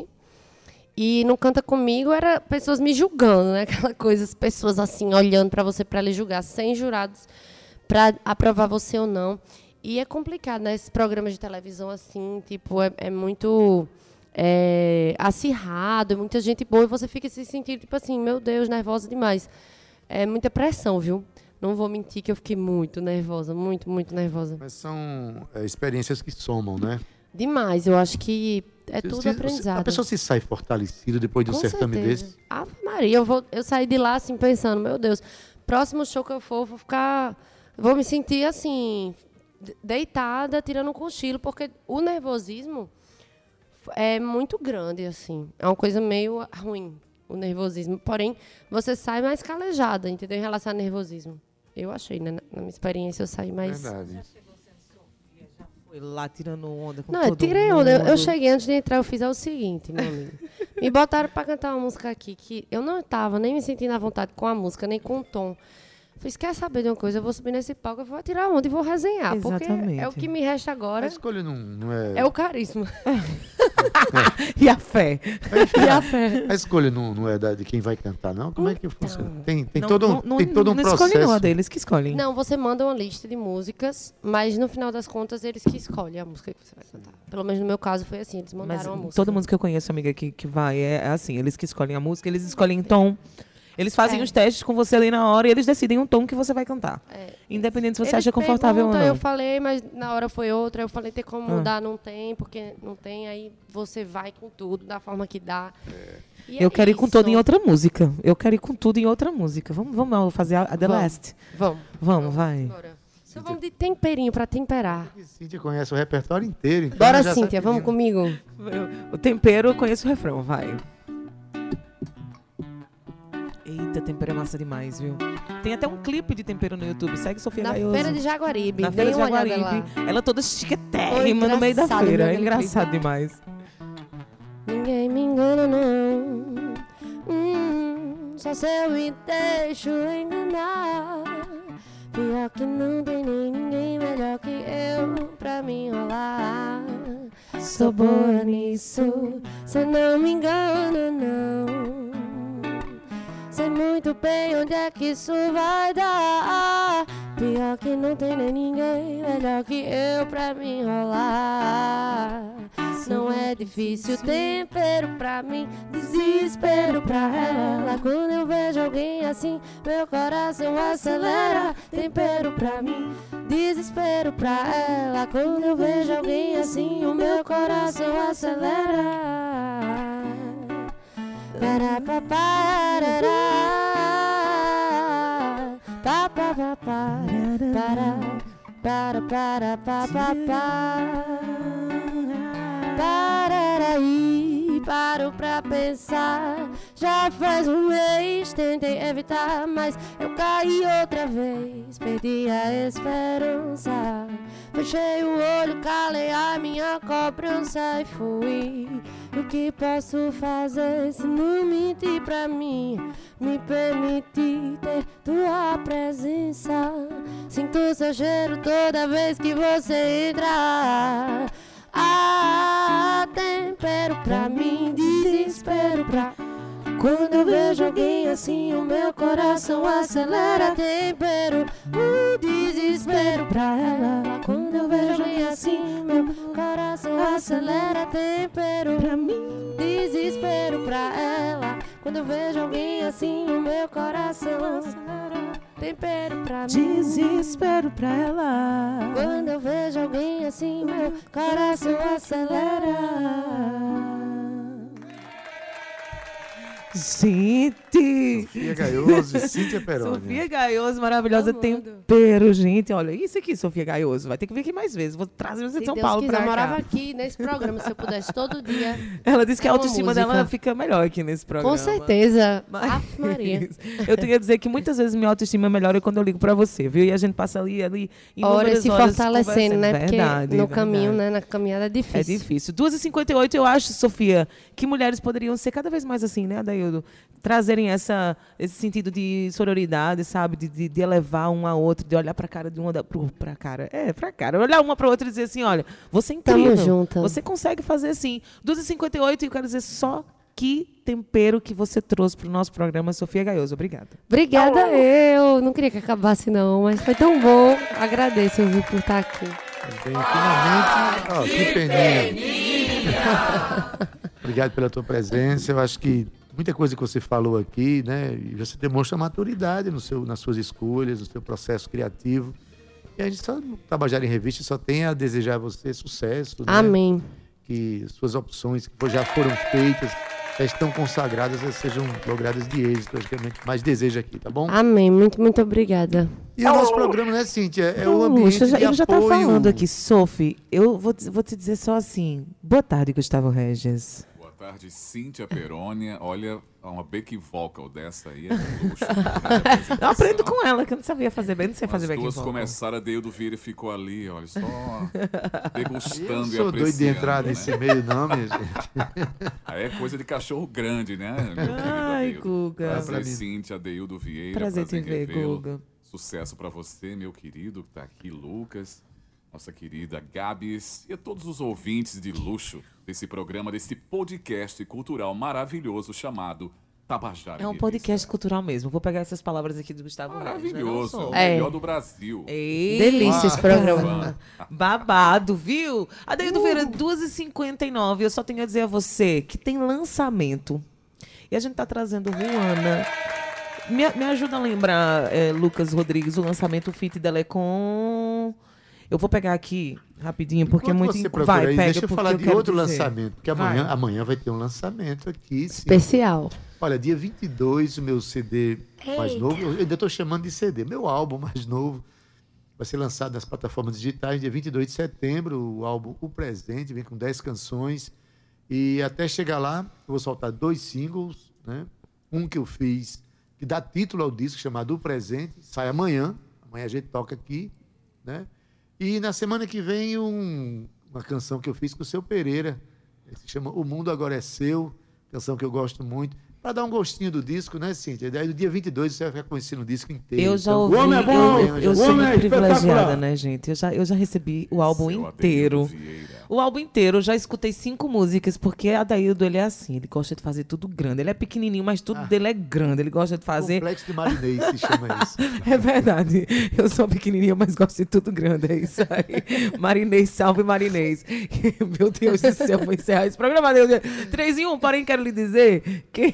E no Canta Comigo era pessoas me julgando, né? Aquela coisa, as pessoas assim, olhando pra você pra lhe julgar, sem jurados pra aprovar você ou não. E é complicado, né? Esses programas de televisão, assim, tipo, é muito acirrado, é muita gente boa, e você fica se sentindo, tipo assim, meu Deus, nervosa demais. É muita pressão, viu? Não vou mentir que eu fiquei muito nervosa, muito, muito nervosa. Mas são experiências que somam, né? Demais, eu acho que é tudo aprendizado. A pessoa se sai fortalecida depois de um Com certame certeza. desse. Ave Maria, eu saí de lá assim pensando, meu Deus, próximo show que eu for, vou me sentir assim, deitada, tirando um cochilo, porque o nervosismo é muito grande, assim. É uma coisa meio ruim, o nervosismo. Porém, você sai mais calejada, entendeu? Em relação ao nervosismo. Eu achei, né? Na minha experiência, eu saí mais... Verdade. Foi lá tirando onda com Não, todo eu tirei mundo. onda. Eu cheguei antes de entrar, eu fiz o seguinte, meu amigo. Me botaram pra cantar uma música aqui que eu não estava nem me sentindo à vontade com a música, nem com o tom. Fiz, quer saber de uma coisa? Eu vou subir nesse palco, eu vou tirar onda e vou resenhar. Exatamente. Porque é o que me resta A agora, escolha não é... é o carisma. E a fé. E a fé. A escolha não é de quem vai cantar, não? Como é que funciona? Tem Não, todo um não processo. escolhe não, a deles que escolhem. Não, você manda uma lista de músicas, mas no final das contas eles que escolhem a música que você vai cantar. Pelo menos no meu caso foi assim, eles mandaram Mas uma música. todo mundo que eu conheço, amiga, que vai, é assim, eles que escolhem a música, eles escolhem tom. Eles fazem os testes com você ali na hora e eles decidem um tom que você vai cantar. Independente se você Eles acha confortável ou não. Eu falei, mas na hora foi outra. Eu falei, tem como mudar? Não tem, porque não tem. Aí você vai com tudo, da forma que dá. E Eu quero ir com tudo em isso. outra música. Eu quero ir com tudo em outra música. Vamos fazer a The Last. Vamos, vai. Bora. Só vamos de temperinho pra temperar. Cíntia conhece o repertório inteiro. Então Bora, já Cíntia, sabe vamos comigo. O tempero, eu conheço o refrão, vai. Eita, tempero é massa demais, viu? Tem até um clipe de tempero no YouTube. Segue Sofia Na Gaioso. Feira de Jaguaribe. Na Feira Dê de uma olhada Jaguaribe. lá. Ela toda chiquetérrima Oi, no meio da engraçado, feira. meu É aquele engraçado demais. Ninguém me engana, não. Só se eu me deixo enganar. Pior que não tem nem ninguém melhor que eu pra me enrolar. Sou boa nisso, cê não me engana, não. Sei muito bem onde é que isso vai dar. Pior que não tem nem ninguém melhor que eu pra me enrolar. Não é difícil, tempero pra mim, desespero pra ela. Quando eu vejo alguém assim, meu coração acelera. Tempero pra mim, desespero pra ela. Quando eu vejo alguém assim, o meu coração acelera. Para pa parará, pa pa pa para pa pa. Pararaí, paro pra pensar. Já faz um mês, tentei evitar, mas eu caí outra vez. Perdi a esperança. Fechei o olho, calei a minha cobrança e fui. O que posso fazer se não mentir pra mim? Me permitir ter tua presença. Sinto seu cheiro toda vez que você entra. Tempero pra mim, desespero pra... Quando eu vejo alguém assim, o meu coração acelera. Tempero, desespero pra ela. Quando eu vejo alguém assim, meu coração acelera. Tempero pra mim, desespero pra ela. Quando eu vejo alguém assim, o meu coração acelera. Tempero pra mim, desespero pra ela. Quando eu vejo alguém assim, meu coração acelera. Gente! Sofia Gaioso e Cíntia Peroni. Sofia Gaioso, maravilhosa. Amando. Tempero, gente. Olha, isso aqui, Sofia Gaioso. Vai ter que vir aqui mais vezes. Vou trazer você Se de São Deus Paulo quiser, pra eu morava cá. aqui nesse programa, se eu pudesse todo dia. Ela disse que a uma autoestima música. dela fica melhor aqui nesse programa. Com certeza. Mas- Ave Maria. Eu tenho que dizer que muitas vezes minha autoestima melhora quando eu ligo pra você, viu? E a gente passa ali Hora inúmeras se horas fortalecendo, conversando. né? Verdade, Porque no verdade. caminho, né? Na caminhada é É difícil. difícil. 2h58, eu acho, Sofia, que mulheres poderiam ser cada vez mais assim, né, Adaildo? Trazerem esse sentido de sororidade, sabe? De elevar uma a outra, de olhar pra cara de uma pra cara. Olhar uma pra outra e dizer assim, olha, você é incrível. Tamo junto. Você consegue fazer assim. 2h58, e eu quero dizer só que tempero que você trouxe pro nosso programa, Sofia Gaioso. Obrigada. Obrigada eu. Não queria que acabasse não, mas foi tão bom. Agradeço, viu, por estar aqui. Bem, finalmente, ó, que peninha. Obrigado pela tua presença. Eu acho que muita coisa que você falou aqui, né? E você demonstra maturidade nas suas escolhas, no seu processo criativo. E a gente só, no Tabajara em Revista, só tem a desejar a você sucesso. Né? Amém. Que suas opções que já foram feitas, já estão consagradas, elas sejam logradas de êxito. Acho que é o que mais deseja aqui, tá bom? Amém. Muito, muito obrigada. E o nosso programa, né, Cíntia? É o ambiente de Ele já tá apoio. falando aqui, Sophie, eu vou te dizer só assim. Boa tarde, Gustavo Regis. Boa tarde, Cíntia Peroni. Olha, uma back vocal dessa aí é um luxo. Eu aprendo com ela, que eu não sabia fazer bem, não sei fazer As bem. duas começaram, a Deildo Vieira ficou ali, olha, só Eu degustando e sou doido de apreciando, entrar né? nesse meio, não, minha gente. Aí é coisa de cachorro grande, né, meu querido Ai, Adeildo? Guga. Prazer, Cíntia, Adeildo Vieira. Prazer te em ver, revê-lo. Guga. Sucesso pra você, meu querido, que tá aqui, Lucas. nossa querida Gabs e a todos os ouvintes de luxo desse programa, desse podcast cultural maravilhoso chamado Tabajara. É um podcast cultural mesmo. Vou pegar essas palavras aqui do Gustavo Reis. Maravilhoso, o É. melhor do Brasil. Delícia esse programa. Babado, viu? Adeildo Vieira, 2h59. Eu só tenho a dizer a você que tem lançamento. E a gente tá trazendo Ruana. Me ajuda a lembrar, Lucas Rodrigues, o lançamento Fit dela é com... Eu vou pegar aqui rapidinho, porque Enquanto é muito... você procura aí, deixa eu porque falar de quero outro dizer. lançamento, porque Vai. amanhã vai ter um lançamento aqui. sim. Especial. Olha, dia 22, o meu CD mais Eita. novo, eu ainda estou chamando de CD, meu álbum mais novo, vai ser lançado nas plataformas digitais, dia 22 de setembro, o álbum O Presente, vem com 10 canções, e até chegar lá, eu vou soltar 2 singles, né? Um que eu fiz, que dá título ao disco, chamado O Presente, sai amanhã a gente toca aqui, né? E na semana que vem, uma canção que eu fiz com o Seu Pereira, se chama O Mundo Agora é Seu, canção que eu gosto muito, para dar um gostinho do disco, né, Cíntia? Daí no dia 22 você vai ficar conhecendo o disco inteiro. Eu já Então, ouvi, o homem é bom, eu sou homem é muito privilegiada, espetacular. né, gente? Eu já recebi o álbum Seu inteiro. Adeildo Vieira. O álbum inteiro, eu já escutei 5 músicas, porque Adaildo, ele é assim, ele gosta de fazer tudo grande. Ele é pequenininho, mas tudo dele é grande. Ele gosta de fazer... Complexo de Marinês se chama isso. É verdade. Eu sou pequenininha, mas gosto de tudo grande. É isso aí. Marinês, salve Marinês. Meu Deus do céu, vou encerrar esse programa. 3 em 1, porém quero lhe dizer que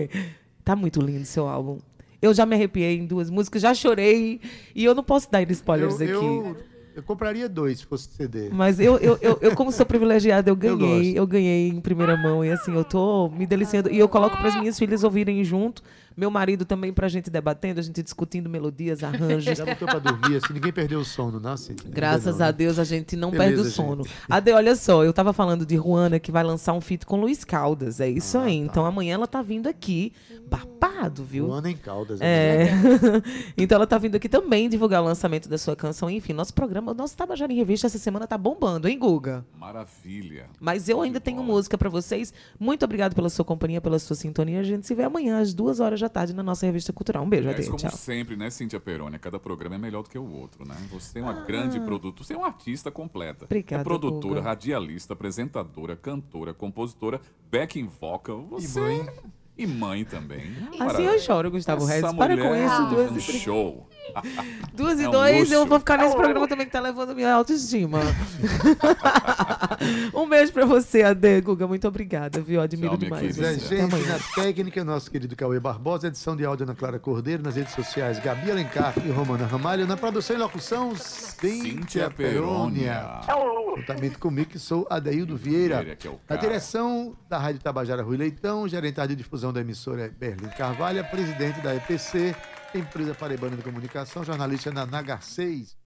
tá muito lindo seu álbum. Eu já me arrepiei em 2 músicas, já chorei. E eu não posso dar spoilers aqui. Eu compraria 2 se fosse CD. Mas eu, como sou privilegiada, eu gosto. ganhei em primeira mão. E assim, eu tô me deliciando. E eu coloco para as minhas filhas ouvirem junto. Meu marido também, pra gente debatendo, a gente discutindo melodias, arranjos. Já botou pra dormir, assim, ninguém perdeu o sono, não, Cíntia? Graças Ainda a não, né? Deus a gente não Beleza, perde o sono. Ade, olha só, eu tava falando de Ruana, que vai lançar um feat com Luiz Caldas. É isso aí. tá. Então amanhã ela tá vindo aqui. Babado, viu? Ruana em Caldas. É. Então ela tá vindo aqui também divulgar o lançamento da sua canção. Enfim, nosso programa, o nosso Tabajara em Revista essa semana tá bombando, hein, Guga? Maravilha. Mas eu ainda tenho música pra vocês. Muito obrigado pela sua companhia, pela sua sintonia. A gente se vê amanhã às 2h da tarde na nossa revista cultural. Um beijo, Aliás, Ade. como Tchau. sempre, né, Cíntia Peroni? Cada programa é melhor do que o outro, né? Você é uma grande produtora, você é uma artista completa. Obrigada, é produtora, Guga. radialista, apresentadora, cantora, compositora, backing vocal. Você... E mãe também. Assim eu choro, Gustavo Essa Reis. Para com mulher isso. é 2 um e show. 2 e É um 2, eu luxo. vou ficar nesse programa também que tá levando minha autoestima. Um beijo pra você, Ade. Guga, muito obrigada, viu? Admiro Tchau, minha demais querida. Zé, você. Até gente, amanhã. na técnica, nosso querido Cauê Barbosa, edição de áudio Ana Clara Cordeiro, nas redes sociais Gabi Alencar e Romana Ramalho, na produção e locução Cíntia Perônia. Juntamente comigo, que sou Adeildo Vieira. Que é o A cara. direção da Rádio Tabajara Rui Leitão, gerente de difusão da emissora é Berlim Carvalho, presidente da EPC, empresa paraibana de comunicação, jornalista na Nagar 6.